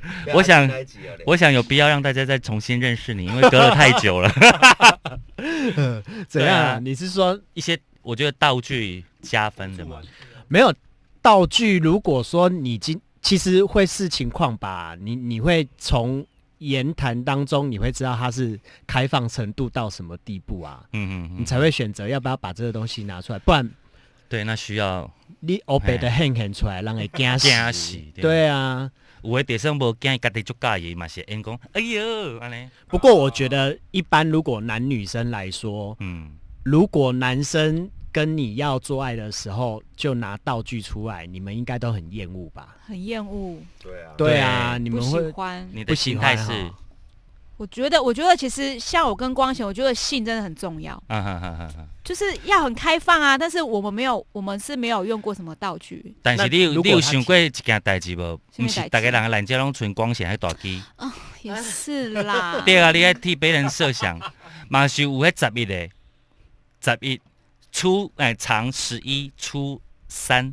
[SPEAKER 4] 我想，我想有必要让大家再重新认识你，因为隔了太久了。
[SPEAKER 6] 怎样、啊？
[SPEAKER 4] 啊
[SPEAKER 6] 你是说
[SPEAKER 4] 一些我觉得道具加分的吗？
[SPEAKER 6] 没有道具？如果说你今其实会视情况吧，你你会从言谈当中，你会知道它是开放程度到什么地步啊？
[SPEAKER 4] 嗯嗯嗯，
[SPEAKER 6] 你才会选择要不要把这个东西拿出来，不然
[SPEAKER 4] 对，那需要
[SPEAKER 6] 你欧北的很很出来，让人惊死。
[SPEAKER 4] 惊死对
[SPEAKER 6] 对啊。
[SPEAKER 4] 有的地方无惊，家己就介意嘛，是因讲，哎呦，安尼。
[SPEAKER 6] 不过我觉得，一般如果男女生来说，
[SPEAKER 4] 嗯，
[SPEAKER 6] 如果男生跟你要做爱的时候就拿道具出来，你们应该都很厌恶吧？
[SPEAKER 3] 很厌恶，
[SPEAKER 1] 对啊，
[SPEAKER 6] 对啊，你
[SPEAKER 3] 不喜
[SPEAKER 6] 们会
[SPEAKER 3] 欢。
[SPEAKER 4] 你的心态是，
[SPEAKER 3] 我觉得，我觉得其实像我跟光贤，我觉得性真的很重要，
[SPEAKER 4] 啊哈哈哈哈，
[SPEAKER 3] 就是要很开放啊。但是我们没有，我们是没有用过什么道具。
[SPEAKER 4] 但是你有
[SPEAKER 6] 那如果他
[SPEAKER 4] 你有想过一件代志无？
[SPEAKER 3] 什么代志
[SPEAKER 4] 不是大家人的懒觉拢存光线还大机。
[SPEAKER 3] 也是啦，
[SPEAKER 4] 对啊，你爱替别人设想，嘛是有迄十一的，十一初哎长十一初三。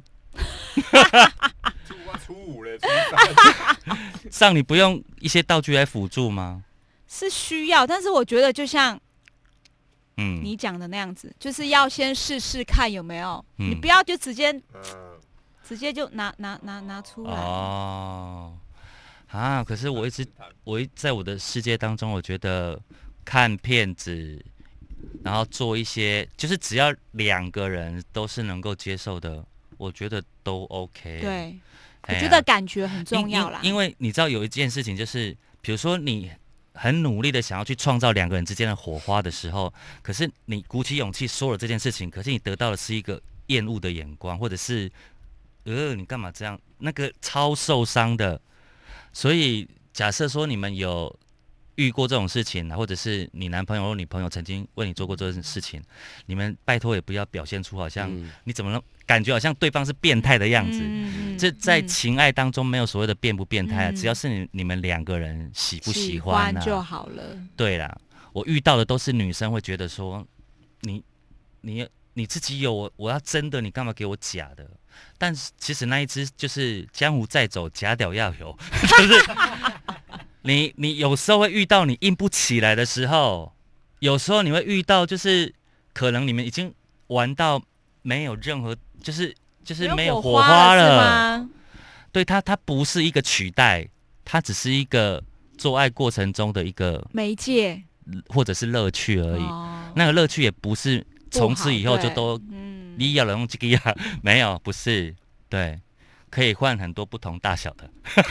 [SPEAKER 5] 初五嘞，初三。
[SPEAKER 4] 上你不用一些道具来辅助吗？
[SPEAKER 3] 是需要，但是我觉得就像
[SPEAKER 4] 嗯，
[SPEAKER 3] 你讲的那样子，就是要先试试看有没有，
[SPEAKER 4] 嗯
[SPEAKER 3] 你不要就直接直接就拿拿拿拿出来。
[SPEAKER 4] 哦，啊，可是我一直我一在我的世界当中，我觉得看片子，然后做一些，就是只要两个人都是能够接受的，我觉得都 OK。
[SPEAKER 3] 对，
[SPEAKER 4] 哎呀，
[SPEAKER 3] 我觉得感觉很重要啦。
[SPEAKER 4] 因因因为你知道有一件事情，就是比如说你很努力的想要去创造两个人之间的火花的时候，可是你鼓起勇气说了这件事情，可是你得到的是一个厌恶的眼光，或者是呃你干嘛这样，那个超受伤的。所以假设说你们有遇过这种事情，或者是你男朋友或女朋友曾经为你做过这件事情，你们拜托也不要表现出好像、
[SPEAKER 1] 嗯
[SPEAKER 4] 你怎么能感觉好像对方是变态的样子。
[SPEAKER 3] 嗯
[SPEAKER 4] 这在情爱当中没有所谓的变不变态啊，
[SPEAKER 3] 嗯
[SPEAKER 4] 只要是你你们两个人喜不喜
[SPEAKER 3] 喜
[SPEAKER 4] 欢啊
[SPEAKER 3] 就好了。
[SPEAKER 4] 对啦，我遇到的都是女生会觉得说，你你你自己有，我我要真的，你干嘛给我假的？但是其实那一只就是江湖再走，假屌要有，就是你你有时候会遇到你硬不起来的时候，有时候你会遇到就是可能你们已经玩到没有任何就是就是没有火花了，
[SPEAKER 3] 是吗？
[SPEAKER 4] 对它它不是一个取代，它只是一个做爱过程中的一个
[SPEAKER 3] 媒介
[SPEAKER 4] 或者是乐趣而已。
[SPEAKER 3] 哦
[SPEAKER 4] 那个乐趣也不是从此以后就都
[SPEAKER 3] 嗯
[SPEAKER 4] 你要用这个呀，没有，不是，对，可以换很多不同大小的。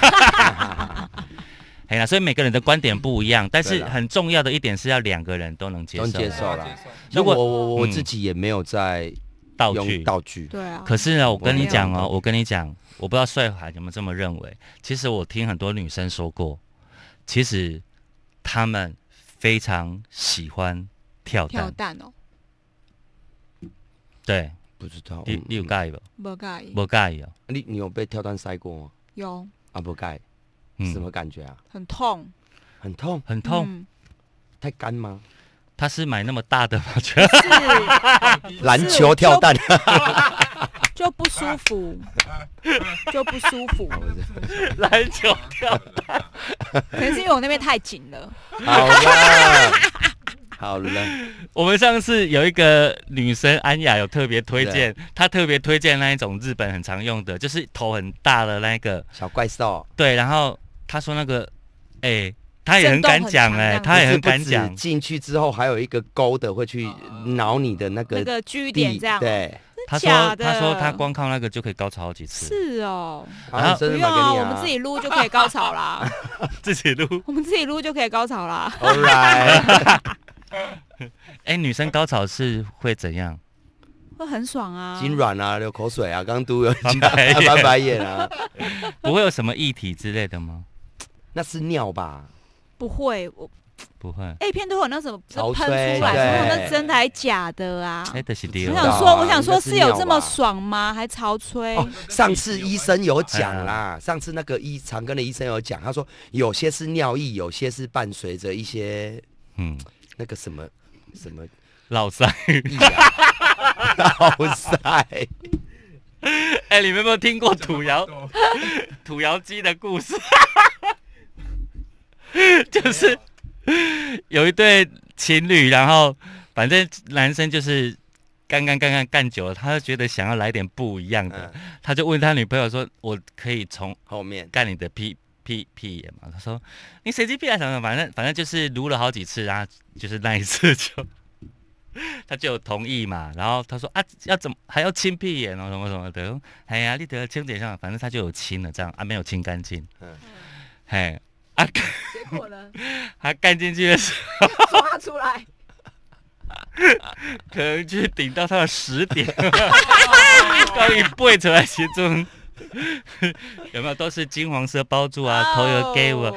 [SPEAKER 4] 哎呀，所以每个人的观点不一样，但是很重要的一点是要两个人都能接受。
[SPEAKER 1] 都接受啦。
[SPEAKER 4] 如果
[SPEAKER 1] 如果我我我
[SPEAKER 4] 嗯
[SPEAKER 1] 自己也没有在用
[SPEAKER 4] 道具，
[SPEAKER 1] 道具，
[SPEAKER 3] 对啊。
[SPEAKER 4] 可是呢，我跟你讲哦，
[SPEAKER 1] 我没有
[SPEAKER 4] 我跟你讲，我不知道帅海有没有这么认为。其实我听很多女生说过，其实她们非常喜欢跳
[SPEAKER 3] 跳
[SPEAKER 4] 蛋。
[SPEAKER 3] 蛋哦，
[SPEAKER 4] 对，
[SPEAKER 1] 不知道。
[SPEAKER 4] 你你有介意不？
[SPEAKER 3] 不介意。
[SPEAKER 4] 不介意哦。
[SPEAKER 1] 你你有被跳蛋塞过吗？
[SPEAKER 3] 有，
[SPEAKER 1] 啊，不盖，
[SPEAKER 4] 嗯
[SPEAKER 1] 什么感觉啊？
[SPEAKER 3] 很痛，
[SPEAKER 1] 很痛，
[SPEAKER 4] 很痛。
[SPEAKER 3] 嗯
[SPEAKER 1] 太干吗？
[SPEAKER 4] 他是买那么大的吗？
[SPEAKER 3] 是
[SPEAKER 1] 篮球跳蛋，
[SPEAKER 3] 就不舒服，就不舒服。
[SPEAKER 4] 篮球跳蛋。
[SPEAKER 3] 可能是因为我那边太紧了。
[SPEAKER 1] 好了，好了，
[SPEAKER 4] 我们上次有一个女生安雅有特别推荐，她特别推荐那一种日本很常用的，就是头很大的那个
[SPEAKER 1] 小怪兽，
[SPEAKER 4] 对，然后她说那个，哎、欸，她也很敢讲哎，她也很敢讲。
[SPEAKER 1] 进去之后还有一个勾的会去挠你的那个
[SPEAKER 3] 那个 G 点这样，
[SPEAKER 1] 对。
[SPEAKER 4] 她说她说她光靠那个就可以高潮好几次。
[SPEAKER 3] 是哦，
[SPEAKER 1] 然后
[SPEAKER 3] 不用啊，我们自己撸就可以高潮啦。
[SPEAKER 4] 自己撸，
[SPEAKER 3] 我们自己撸就可以高潮啦。
[SPEAKER 1] All right。
[SPEAKER 4] 哎，女生高潮是会怎样？
[SPEAKER 3] 会很爽啊，
[SPEAKER 1] 筋软啊，流口水啊，刚刚都有
[SPEAKER 4] 翻白眼
[SPEAKER 1] 翻白眼啊，
[SPEAKER 4] 不会有什么液体之类的吗？
[SPEAKER 1] 那是尿吧？
[SPEAKER 3] 不会，我
[SPEAKER 4] 不会。
[SPEAKER 3] A 片都有那什么
[SPEAKER 1] 潮
[SPEAKER 3] 喷
[SPEAKER 1] 吹
[SPEAKER 3] 出来，
[SPEAKER 1] 对
[SPEAKER 3] 那真的还假的啊？
[SPEAKER 4] 哎，这是对
[SPEAKER 3] 我
[SPEAKER 4] 的。
[SPEAKER 3] 想说，我想说
[SPEAKER 1] 那是
[SPEAKER 3] 是有这么
[SPEAKER 1] 尿吧
[SPEAKER 3] 爽吗？还潮吹？
[SPEAKER 1] 哦，上次医生有讲啦，上次那个医长庚的医生有讲，他说有些是尿液，有些是伴随着一些
[SPEAKER 4] 嗯，
[SPEAKER 1] 那个什么什么
[SPEAKER 4] 老塞。
[SPEAKER 1] 液啊，老塞。
[SPEAKER 4] 哎、欸，你们有没有听过土窑土窑鸡的故事？ 就是有一对情侣，然后反正男生就是干干干干干久了，他就觉得想要来点不一样的，
[SPEAKER 1] 嗯
[SPEAKER 4] 他就问他女朋友说：“我可以从
[SPEAKER 1] 后面
[SPEAKER 4] 干你的屁屁屁眼吗？”他说：“你谁鸡屁啊什么的，反正反正就是撸了好几次，然后就是那一次就他就有同意嘛。然后他说啊，要怎么还要亲屁眼哦，什么什么的。哎呀，你得轻点上，反正他就有亲了，这样啊没有亲干净。
[SPEAKER 1] 嗯
[SPEAKER 4] 嘿啊，
[SPEAKER 3] 结果呢？
[SPEAKER 4] 他干进去的时
[SPEAKER 3] 抓出来，
[SPEAKER 4] 候，可能去顶到他的十点，刚一背出来时阵。有没有都是金黄色包住啊？头油给我，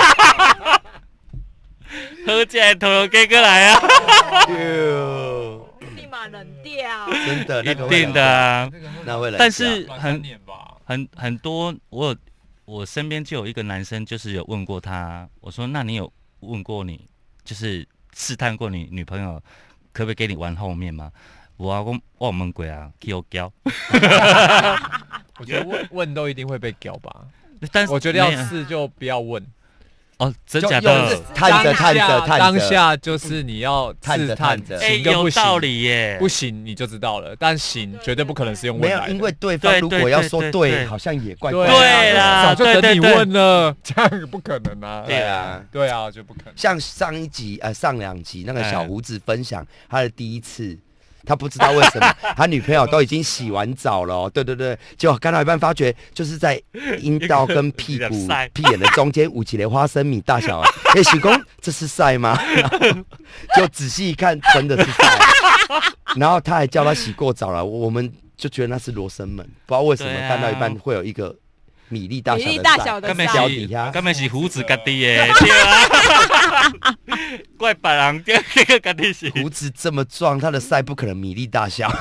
[SPEAKER 4] 喝起来头油给过来啊！
[SPEAKER 1] 哟
[SPEAKER 3] 立马冷掉。
[SPEAKER 1] 真的，那
[SPEAKER 4] 一
[SPEAKER 1] 个会
[SPEAKER 4] 定的啊。
[SPEAKER 1] 那会冷掉，
[SPEAKER 4] 但是
[SPEAKER 5] 两
[SPEAKER 4] 很
[SPEAKER 5] 三年吧。
[SPEAKER 4] 很很多，我有我身边就有一个男生，就是有问过他，我说：“那你有问过你，就是试探过你女朋友，可不可以给你玩后面吗？”我啊，我我问过啊，给我教。
[SPEAKER 5] 我觉得问问都一定会被屌吧。
[SPEAKER 4] 但是
[SPEAKER 5] 我觉得要
[SPEAKER 4] 没有
[SPEAKER 5] 试就不要问，
[SPEAKER 4] 哦，真假
[SPEAKER 5] 就
[SPEAKER 4] 的
[SPEAKER 5] 用？
[SPEAKER 1] 探着探着探着，
[SPEAKER 5] 当下就是你要
[SPEAKER 1] 探着
[SPEAKER 5] 试探
[SPEAKER 1] 探着
[SPEAKER 4] 哎，
[SPEAKER 5] 行跟不行，
[SPEAKER 4] 有道理耶。
[SPEAKER 5] 不行你就知道了，但行绝对不可能是用
[SPEAKER 1] 没有，
[SPEAKER 5] 问来的。
[SPEAKER 1] 因为对方
[SPEAKER 4] 对
[SPEAKER 1] 如果要说
[SPEAKER 4] 对对对
[SPEAKER 1] 对，好像也怪
[SPEAKER 5] 对
[SPEAKER 1] 怪的。
[SPEAKER 4] 对啦
[SPEAKER 5] 早就等你
[SPEAKER 4] 对对对
[SPEAKER 5] 问了，这样不可能啊。
[SPEAKER 1] 对啊，
[SPEAKER 5] 对啊，就不可能。
[SPEAKER 1] 像上一集呃上两集那个小
[SPEAKER 4] 哎
[SPEAKER 1] 胡子分享他的第一次。他不知道为什么，他女朋友都已经洗完澡了、哦，对对对，结果干到一半发觉，就是在阴道跟屁股
[SPEAKER 4] 一个塞
[SPEAKER 1] 屁眼的中间有一个花生米大小啊，哎，许公这是晒吗？然后就仔细一看，真的是晒。然后他还叫他洗过澡了，我们就觉得那是罗生门，不知道为什么
[SPEAKER 4] 对啊
[SPEAKER 1] 看到一半会有一个米粒大小的
[SPEAKER 3] 米粒大
[SPEAKER 1] 晒
[SPEAKER 3] 小的
[SPEAKER 4] 根本
[SPEAKER 1] 脚底下
[SPEAKER 4] 是根本是胡子家己的，对啊，怪别人对这个家己是。
[SPEAKER 1] 胡子这么壮，他的晒不可能米粒大小。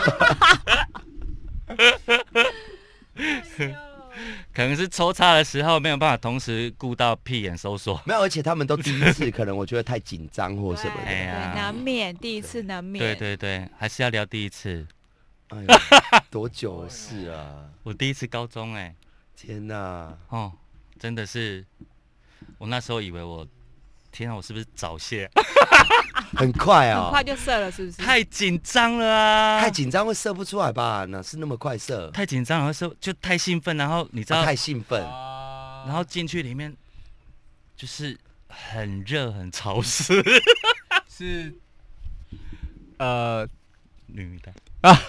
[SPEAKER 4] 可能是抽插的时候没有办法同时顾到屁眼收缩。
[SPEAKER 1] 没有，而且他们都第一次，可能我觉得太紧张或什么的。
[SPEAKER 4] 哎呀
[SPEAKER 3] 对，难免第一次难免。
[SPEAKER 4] 对对对，还是要聊第一次。
[SPEAKER 1] 哎呦，多久的事啊！
[SPEAKER 4] 我第一次高中哎、
[SPEAKER 1] 天哪，
[SPEAKER 4] 哦，真的是，我那时候以为我，天啊，我是不是早泄？
[SPEAKER 1] 很快啊、
[SPEAKER 3] 很快就射了，是不是？
[SPEAKER 4] 太紧张了啊！
[SPEAKER 1] 太紧张会射不出来吧？哪是那么快射？
[SPEAKER 4] 太紧张，然后是就太兴奋，然后你知道，
[SPEAKER 1] 啊太兴奋，
[SPEAKER 4] 然后进去里面就是很热很潮湿，
[SPEAKER 5] 是呃
[SPEAKER 4] 女的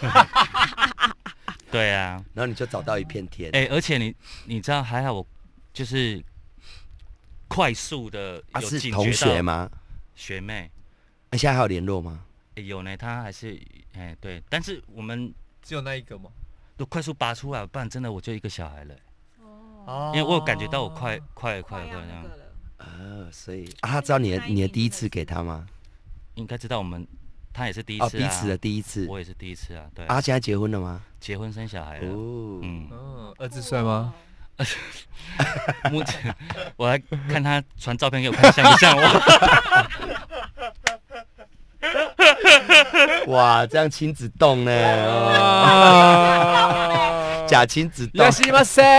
[SPEAKER 4] 对啊，
[SPEAKER 1] 然后你就找到一片天。
[SPEAKER 4] 哎、而且你你知道还好，我就是快速的
[SPEAKER 1] 啊，
[SPEAKER 4] 有
[SPEAKER 1] 是同
[SPEAKER 4] 警觉到
[SPEAKER 1] 学吗？
[SPEAKER 4] 学妹、
[SPEAKER 1] 你现在还有联络吗？
[SPEAKER 4] 欸有呢，她还是哎、对，但是我们
[SPEAKER 5] 只有那一个吗？
[SPEAKER 4] 都快速拔出来，不然真的我就一个小孩了、
[SPEAKER 5] 哦
[SPEAKER 4] 因为我有感觉到我快快快快
[SPEAKER 3] 快要
[SPEAKER 4] 这样
[SPEAKER 3] 那，个了。
[SPEAKER 1] 啊，所以啊，他知道你的你的第一次给他吗？
[SPEAKER 4] 应该知道我们他也是第一
[SPEAKER 1] 哦，
[SPEAKER 4] 次啊，
[SPEAKER 1] 彼此的第一次。
[SPEAKER 4] 我也是第一次啊，对
[SPEAKER 1] 啊，他现在结婚了吗？
[SPEAKER 4] 结婚生小孩了，
[SPEAKER 1] 哦，
[SPEAKER 4] 嗯，
[SPEAKER 5] 嗯，儿子帅吗？
[SPEAKER 4] 目前我还看他传照片给我看，像不像我？
[SPEAKER 1] 哇，这样亲子洞呢？哦
[SPEAKER 5] 啊
[SPEAKER 1] 假亲子洞
[SPEAKER 5] いらっ。しゃいませ。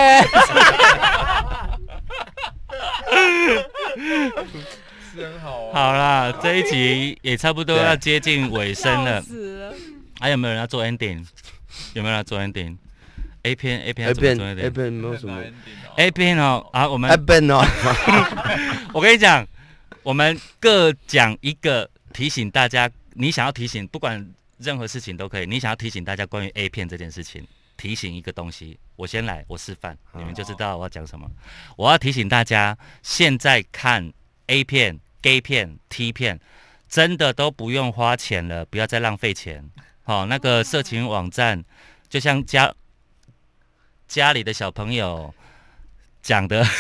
[SPEAKER 5] 是很好哦。
[SPEAKER 4] 好啦，这一集也差不多要接近尾声了
[SPEAKER 3] 笑，死了。
[SPEAKER 4] 还有没有人要做 ending？有没有人要做 ending？A 片 A 片要
[SPEAKER 1] A
[SPEAKER 4] 怎么
[SPEAKER 1] 片
[SPEAKER 4] 做
[SPEAKER 1] A
[SPEAKER 4] ending？
[SPEAKER 1] 片没有什么
[SPEAKER 4] A 片哦，啊，我们
[SPEAKER 1] ，A 片哦，
[SPEAKER 4] 我跟你讲，我们各讲一个提醒大家，你想要提醒，不管任何事情都可以，你想要提醒大家关于 A 片这件事情，提醒一个东西。我先来，我示范，你们就知道我要讲什么。我要提醒大家，现在看 A 片、gay 片、T 片，真的都不用花钱了，不要再浪费钱。好、那个色情网站，就像家家里的小朋友讲的。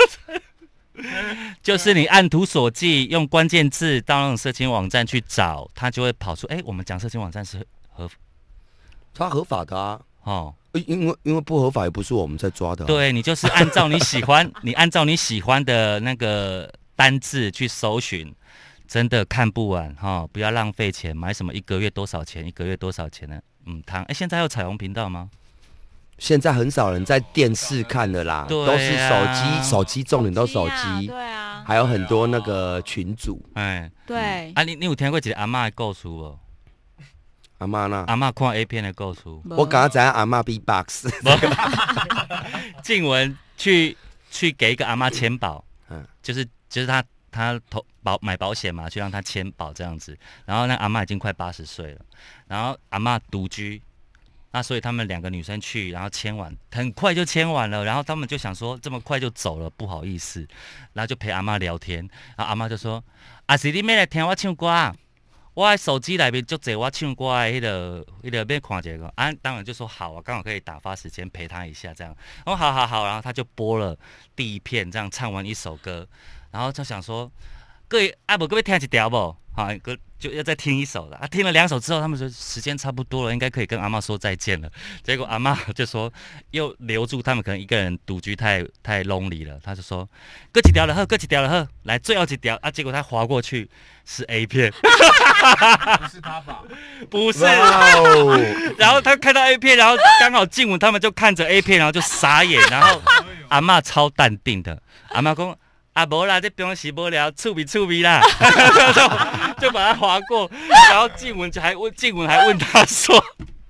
[SPEAKER 4] 就是你按图索骥，用关键字到那种色情网站去找，它就会跑出。哎、我们讲色情网站是合
[SPEAKER 1] 他合法的啊，
[SPEAKER 4] 哦，
[SPEAKER 1] 因为因为不合法也不是我们在抓的、啊。，
[SPEAKER 4] 对你就是按照你喜欢，你按照你喜欢的那个单字去搜寻，真的看不完哈、哦！不要浪费钱，买什么一个月多少钱，一个月多少钱呢？嗯，汤哎，现在有彩虹频道吗？
[SPEAKER 1] 现在很少人在电视看的啦，
[SPEAKER 4] 对啊
[SPEAKER 1] 都是手机，手机重点都手
[SPEAKER 3] 啊
[SPEAKER 1] 机。
[SPEAKER 3] 对啊，
[SPEAKER 1] 还有很多那个群组。
[SPEAKER 4] 哎，
[SPEAKER 3] 对，
[SPEAKER 4] 啊，你你有听过一个阿嬷的故事无？
[SPEAKER 1] 阿妈呢？
[SPEAKER 4] 阿嬷看 A 片的故事。
[SPEAKER 1] 我刚刚在阿妈 B-box。
[SPEAKER 4] 静雯去去给一个阿嬷签保，
[SPEAKER 1] 嗯，
[SPEAKER 4] 就是就是他他投保买保险嘛，去让他签保这样子。然后那阿嬷已经快八十岁了，然后阿嬷独居。那所以他们两个女生去，然后签完，很快就签完了。然后他们就想说，这么快就走了，不好意思，然后就陪阿嬷聊天。然后阿嬷就说：“啊，是你要来听我唱歌啊？我的手机里面就这我唱歌的迄个迄个要看一个。”啊，当然就说好啊，刚好可以打发时间陪他一下这样。哦，好好好，然后他就播了第一片，这样唱完一首歌，然后就想说，各位啊，不各位听一条不？好，就要再听一首了啊！听了两首之后，他们说时间差不多了，应该可以跟阿嬷说再见了。结果阿嬷就说，又留住他们，可能一个人独居太太 lonely 了。他就说，各几条了呵，各几条了呵，来最后几条啊！结果他划过去是 A 片，
[SPEAKER 5] 不是他吧？
[SPEAKER 4] 不是。Oh. 然后他看到 A 片，然后刚好静雯他们就看着 A 片，然后就傻眼。然后阿嬷超淡定的，阿嬷讲。啊，无啦，这平时无聊，趣味趣味啦，就就把它划过，然后静雯还问静雯还问他说，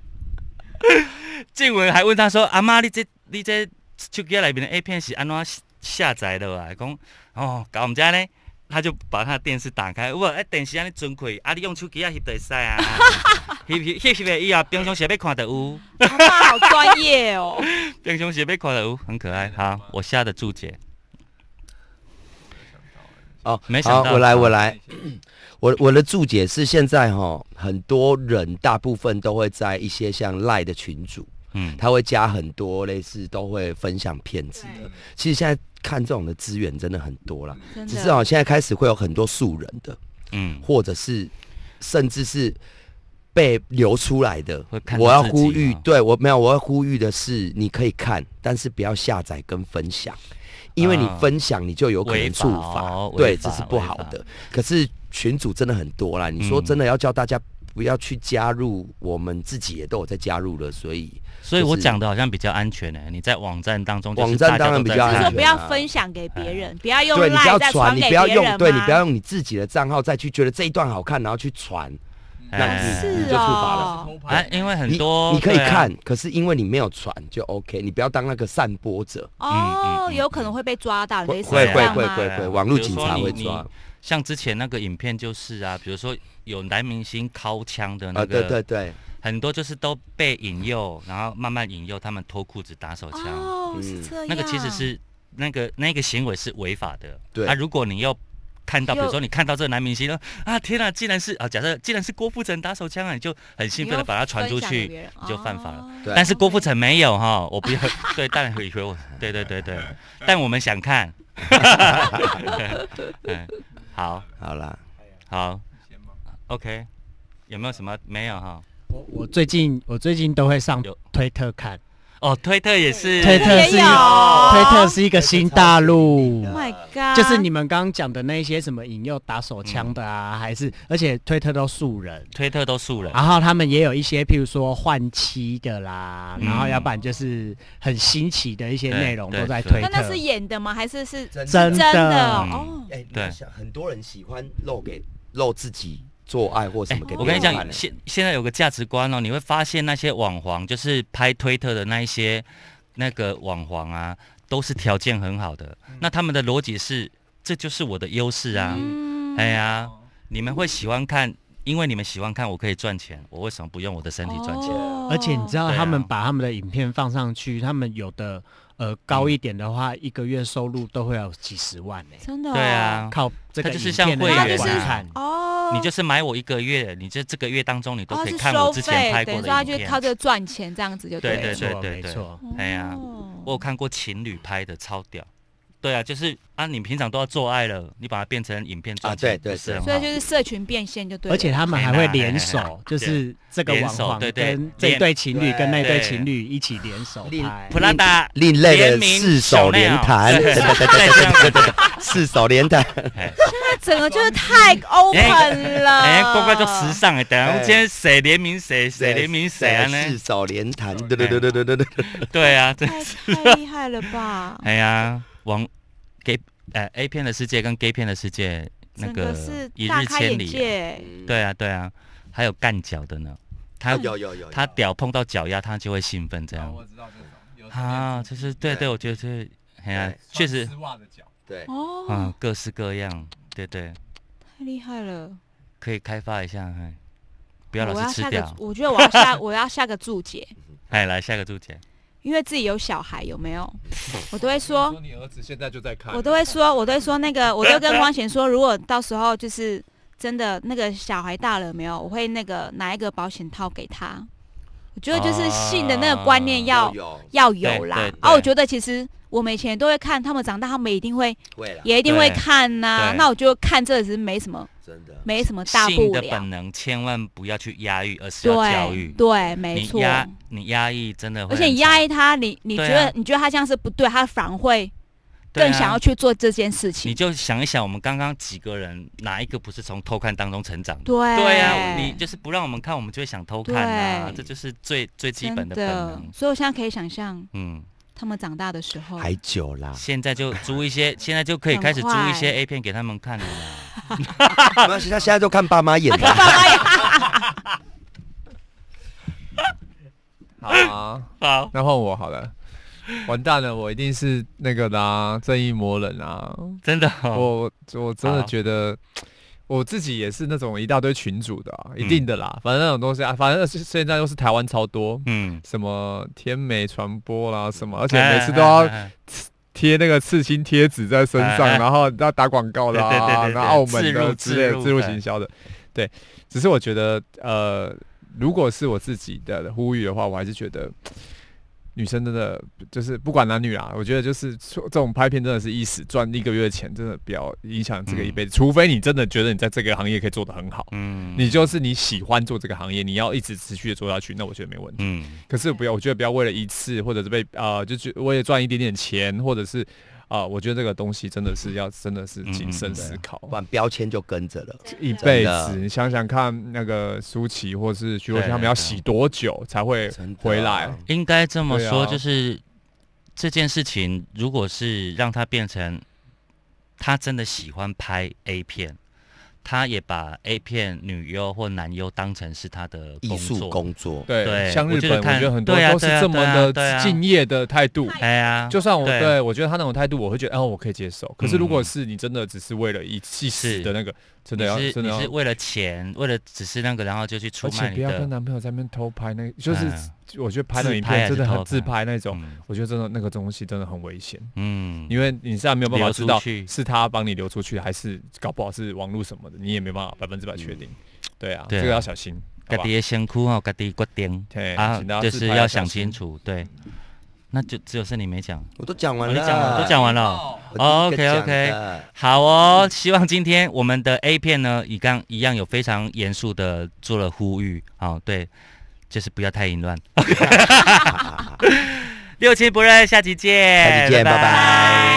[SPEAKER 4] 静雯还问他说，阿妈，你这你这手机里面的 A 片是安怎下载的啊？讲哦，搞我们家呢，他就把他的电视打开，哇，哎，电视安尼准开，啊，你用手机啊翕就会使啊，翕翕翕翕的以后，平常时要看就有。
[SPEAKER 3] 阿妈好专业哦，
[SPEAKER 4] 平常时要看就有，很可爱。好，我下的注解。
[SPEAKER 1] 哦，
[SPEAKER 4] 没想到，
[SPEAKER 1] 好，我来，我来，我我的注解是现在哈，很多人大部分都会在一些像 LINE 的群组，嗯，他会加很多类似都会分享片子的。其实现在看这种的资源真的很多啦，只是哦，现在开始会有很多素人的，嗯，或者是甚至是被流出来的。我要呼吁，对我没有，我要呼吁的是，你可以看，但是不要下载跟分享。因为你分享，你就有可能触法，哦、对，这是不好的。可是群组真的很多啦，你说真的要叫大家不要去加入，我们自己也都有在加入了，所以，
[SPEAKER 4] 所以我讲的好像比较安全呢、欸。你在网站当中，
[SPEAKER 1] 网站当然比较安全、啊，
[SPEAKER 3] 就是说不要分享给别人，嗯、不要用
[SPEAKER 1] LINE
[SPEAKER 3] 再传给别人，
[SPEAKER 1] 你不要用，对你不要用你自己的账号再去觉得这一段好看，然后去传。那你你就触法了，
[SPEAKER 4] 啊，因为很多
[SPEAKER 1] 你, 你可以看、啊，可是因为你没有传就 OK， 你不要当那个散播者
[SPEAKER 3] 哦，嗯嗯、有可能会被抓到，你的意思
[SPEAKER 1] 会会会会会，网络警察会抓。
[SPEAKER 4] 像之前那个影片就是啊，比如说有男明星掏枪的那个，
[SPEAKER 1] 啊、对对对，
[SPEAKER 4] 很多就是都被引诱，然后慢慢引诱他们脱裤子打手枪。
[SPEAKER 3] 哦，是这样。
[SPEAKER 4] 那个其实是那个那个行为是违法的。
[SPEAKER 1] 对
[SPEAKER 4] 啊，如果你又看到，比如说你看到这个男明星啊，天啊，竟然是啊，假设竟然是郭富城打手枪啊，你就很兴奋的把它传出去，你就犯法了。
[SPEAKER 1] 哦、
[SPEAKER 4] 但是郭富城没有哈，我不要对，当然以为我，对对对对，但我们想看。嗯，好，
[SPEAKER 1] 好啦，
[SPEAKER 4] 好 ，OK， 有没有什么？没有哈。
[SPEAKER 6] 我我最近我最近都会上推特看。
[SPEAKER 4] 哦，推特也是，
[SPEAKER 6] 推特是推特是一个新大陆。
[SPEAKER 3] Oh my god！
[SPEAKER 6] 就是你们刚刚讲的那些什么引诱打手枪的啊，嗯、还是而且推特都素人，
[SPEAKER 4] 推特都素人。
[SPEAKER 6] 然后他们也有一些，譬如说换妻的啦，嗯、然后要不然就是很新奇的一些内容都在推特。
[SPEAKER 3] 那那是演的吗？还是是
[SPEAKER 6] 真的？
[SPEAKER 3] 真的哦。
[SPEAKER 1] 哎，对，很多人喜欢露给露自己。做爱或什么给、欸、
[SPEAKER 4] 我跟你讲，现现在有个价值观哦，你会发现那些网黄，就是拍推特的那一些那个网黄啊，都是条件很好的。嗯、那他们的逻辑是，这就是我的优势啊！嗯、哎呀，你们会喜欢看，因为你们喜欢看，我可以赚钱，我为什么不用我的身体赚钱？
[SPEAKER 6] 哦、而且你知道，他们把他们的影片放上去，他们有的。呃，高一点的话，嗯、一个月收入都会有几十万呢、欸。
[SPEAKER 3] 真的、哦？
[SPEAKER 4] 对啊，
[SPEAKER 6] 靠这个
[SPEAKER 4] 它就是像会员
[SPEAKER 6] 看
[SPEAKER 3] 哦，
[SPEAKER 4] 你就是买我一个月，你这这个月当中你都可以看我之前拍过的影片。
[SPEAKER 3] 等于说他就靠这个赚钱这样子就对了。
[SPEAKER 4] 对对对对对，
[SPEAKER 6] 没错。
[SPEAKER 4] 哎呀、啊，我有看过情侣拍的，超屌。对啊，就是啊，你平常都要做爱了，你把它变成影片赚钱，
[SPEAKER 1] 啊、对对对，
[SPEAKER 3] 所以就是社群变现就对了。
[SPEAKER 6] 而且他们还会联手，就是这个网黄跟这对情侣跟那对情侣一起联手拍。
[SPEAKER 4] 普拉达
[SPEAKER 1] 另类的四手联弹，对对对对对对，四手联弹。
[SPEAKER 3] 现在整个就是太 open 了，
[SPEAKER 4] 哎，乖乖就时尚哎，等下今天谁联名谁，谁联名谁啊呢？
[SPEAKER 1] 四手联弹，对对对对对对对。
[SPEAKER 4] 对啊，
[SPEAKER 3] 太太厉害了吧？
[SPEAKER 4] 哎呀。网给呃 A 片的世界跟 gay 片的世界那
[SPEAKER 3] 整
[SPEAKER 4] 个
[SPEAKER 3] 个是
[SPEAKER 4] 一
[SPEAKER 3] 大开眼
[SPEAKER 4] 日千里、啊。
[SPEAKER 3] 界。
[SPEAKER 4] 对啊对啊，还有干脚的呢，他、
[SPEAKER 1] 啊有有有有
[SPEAKER 4] 他屌碰到脚丫，他就会兴奋这样。
[SPEAKER 5] 我知道这种。有
[SPEAKER 4] 啊，就是对对，我觉得这，哎呀，确实，
[SPEAKER 5] 丝袜的脚。
[SPEAKER 1] 对，
[SPEAKER 3] 哦，
[SPEAKER 4] 嗯，各式各样，对对，
[SPEAKER 3] 太厉害了！
[SPEAKER 4] 可以开发一下，哎，不要
[SPEAKER 3] 我
[SPEAKER 4] 老
[SPEAKER 3] 要下个
[SPEAKER 4] 是吃掉，。
[SPEAKER 3] 我觉得我要下我要下个注解，
[SPEAKER 4] 哎，来下个注解。
[SPEAKER 3] 因为自己有小孩，有没有？我都会说，
[SPEAKER 5] 说你儿子现在就在看，
[SPEAKER 3] 我都会说，我都会说那个，我都跟光贤说，如果到时候就是真的那个小孩大了没有，我会那个拿一个保险套给他。我觉得就是性的那个观念要、
[SPEAKER 1] 有
[SPEAKER 3] 要有啦。
[SPEAKER 4] 对对对
[SPEAKER 3] 啊，我觉得其实我们以前都会看，他们长大他们一定会
[SPEAKER 1] 会啦，
[SPEAKER 3] 也一定会看呐、
[SPEAKER 4] 对
[SPEAKER 3] 那我觉得看这只是没什么
[SPEAKER 1] 真的。
[SPEAKER 3] 没什么大
[SPEAKER 4] 性
[SPEAKER 3] 不了
[SPEAKER 4] 的本。能千万不要去压抑，而是要教育。
[SPEAKER 3] 对对，没错。
[SPEAKER 4] 你压你压抑真的会很惨，
[SPEAKER 3] 而且你压抑他，你你觉
[SPEAKER 4] 对啊
[SPEAKER 3] 得、你觉得他这样是不对，他反而会
[SPEAKER 4] 对啊
[SPEAKER 3] 更想要去做这件事
[SPEAKER 4] 你
[SPEAKER 3] 情。
[SPEAKER 4] 就想一想，我们刚刚几个人哪一个不是从偷看当中成长的？
[SPEAKER 3] 对
[SPEAKER 4] 对啊，你就是不让我们看，我们就会想偷看啊，
[SPEAKER 3] 对
[SPEAKER 4] 这就是最最基本的本
[SPEAKER 3] 真的
[SPEAKER 4] 能。，
[SPEAKER 3] 所以我现在可以想象
[SPEAKER 4] 嗯，
[SPEAKER 3] 他们长大的时候，
[SPEAKER 1] 还久啦，
[SPEAKER 4] 现在就租一些，现在就可以开始租一些 A 片给他们看了啦。
[SPEAKER 1] 没关系，他现在都看爸妈演的。
[SPEAKER 5] 好啊，
[SPEAKER 4] 好，
[SPEAKER 5] 那换我好了。完蛋了，我一定是那个啦，正义魔人啊！
[SPEAKER 4] 真的、哦，
[SPEAKER 5] 我我真的
[SPEAKER 4] 好
[SPEAKER 5] 觉得，我自己也是那种一大堆群主的啊，
[SPEAKER 4] 嗯
[SPEAKER 5] 一定的啦。反正那种东西啊，反正现在又是台湾超多，
[SPEAKER 4] 嗯，
[SPEAKER 5] 什么天美传播啦什么，而且每次都要
[SPEAKER 4] 哎哎哎
[SPEAKER 5] 贴那个刺青贴纸在身上，
[SPEAKER 4] 哎哎
[SPEAKER 5] 然后要打广告的啊，
[SPEAKER 4] 对对对对对
[SPEAKER 5] 然后澳门
[SPEAKER 4] 自入
[SPEAKER 5] 的之类的自入
[SPEAKER 4] 自入对
[SPEAKER 5] 行销的，对。只是我觉得，呃，如果是我自己的呼吁的话，我还是觉得。女生真的就是不管男女啊，我觉得就是这种拍片真的是一时赚一个月的钱，真的不要影响这个一辈子。除非你真的觉得你在这个行业可以做得很好，
[SPEAKER 4] 嗯，
[SPEAKER 5] 你就是你喜欢做这个行业，你要一直持续的做下去，那我觉得没问题。
[SPEAKER 4] 嗯
[SPEAKER 5] 可是不要，我觉得不要为了一次，或者是被啊、呃，就觉为了赚一点点钱，或者是啊、呃，我觉得这个东西真的是要真的是谨慎思考。
[SPEAKER 1] 不然标签就跟着了。
[SPEAKER 5] 一辈
[SPEAKER 1] 真的
[SPEAKER 5] 子，你想想看，那个舒淇或是徐若瑄，
[SPEAKER 4] 对
[SPEAKER 5] 他们要洗多久才会
[SPEAKER 1] 真的
[SPEAKER 5] 回来？
[SPEAKER 4] 应该这么说，
[SPEAKER 5] 对啊
[SPEAKER 4] 就是这件事情，如果是让他变成他真的喜欢拍 A 片，他也把 A 片女优或男优当成是他的
[SPEAKER 1] 艺术
[SPEAKER 4] 工作。
[SPEAKER 1] 工作，
[SPEAKER 5] 对，
[SPEAKER 4] 对
[SPEAKER 5] 像日本，我
[SPEAKER 4] 我觉得看
[SPEAKER 5] 觉得很多
[SPEAKER 4] 对啊
[SPEAKER 5] 都是
[SPEAKER 4] 对啊
[SPEAKER 5] 这么
[SPEAKER 4] 对啊对啊
[SPEAKER 5] 的敬业的态度。
[SPEAKER 4] 哎呀，
[SPEAKER 5] 就算我
[SPEAKER 4] 对
[SPEAKER 5] 对我觉得他那种态度，我会觉得哦，我可以接受。可是如果
[SPEAKER 4] 嗯
[SPEAKER 5] 是你真的只是为了一一时
[SPEAKER 4] 是
[SPEAKER 5] 的那个，真的要
[SPEAKER 4] 你是
[SPEAKER 5] 真的要
[SPEAKER 4] 你是，为了钱，为了只是那个，然后就去出
[SPEAKER 5] 而且
[SPEAKER 4] 卖你的
[SPEAKER 5] 不要跟。男朋友在那边偷拍那，就是
[SPEAKER 4] 嗯
[SPEAKER 5] 我觉得拍的影
[SPEAKER 4] 自拍还是
[SPEAKER 5] 片真的很
[SPEAKER 4] 偷拍
[SPEAKER 5] 自拍那种，
[SPEAKER 4] 嗯
[SPEAKER 5] 我觉得真的那个东西真的很危险。
[SPEAKER 4] 嗯，
[SPEAKER 5] 因为你现在没有办法
[SPEAKER 4] 流
[SPEAKER 5] 知道
[SPEAKER 4] 出去
[SPEAKER 5] 是他帮你流出去，还是搞不好是网络什么的，你也没办法百分之百确定。对啊，
[SPEAKER 4] 对啊
[SPEAKER 5] 这个要小心。好吧
[SPEAKER 4] 家己的辛苦哦，家己决定
[SPEAKER 5] 对
[SPEAKER 4] 啊
[SPEAKER 5] 请大，家
[SPEAKER 4] 就
[SPEAKER 5] 自拍要
[SPEAKER 4] 是要想
[SPEAKER 5] 小心
[SPEAKER 4] 清楚。对，那就只有是你没讲，
[SPEAKER 1] 我都讲完
[SPEAKER 4] 哦你
[SPEAKER 1] 了，
[SPEAKER 4] 讲完都讲完了哦。
[SPEAKER 1] 我第一个
[SPEAKER 4] OK
[SPEAKER 1] 讲
[SPEAKER 4] OK，
[SPEAKER 1] 的
[SPEAKER 4] 好哦，希望今天我们的 A 片呢，一样一样有非常严肃的做了呼吁。哦，对，就是不要太淫乱。六亲不认，下期见，
[SPEAKER 1] 下期见，拜拜。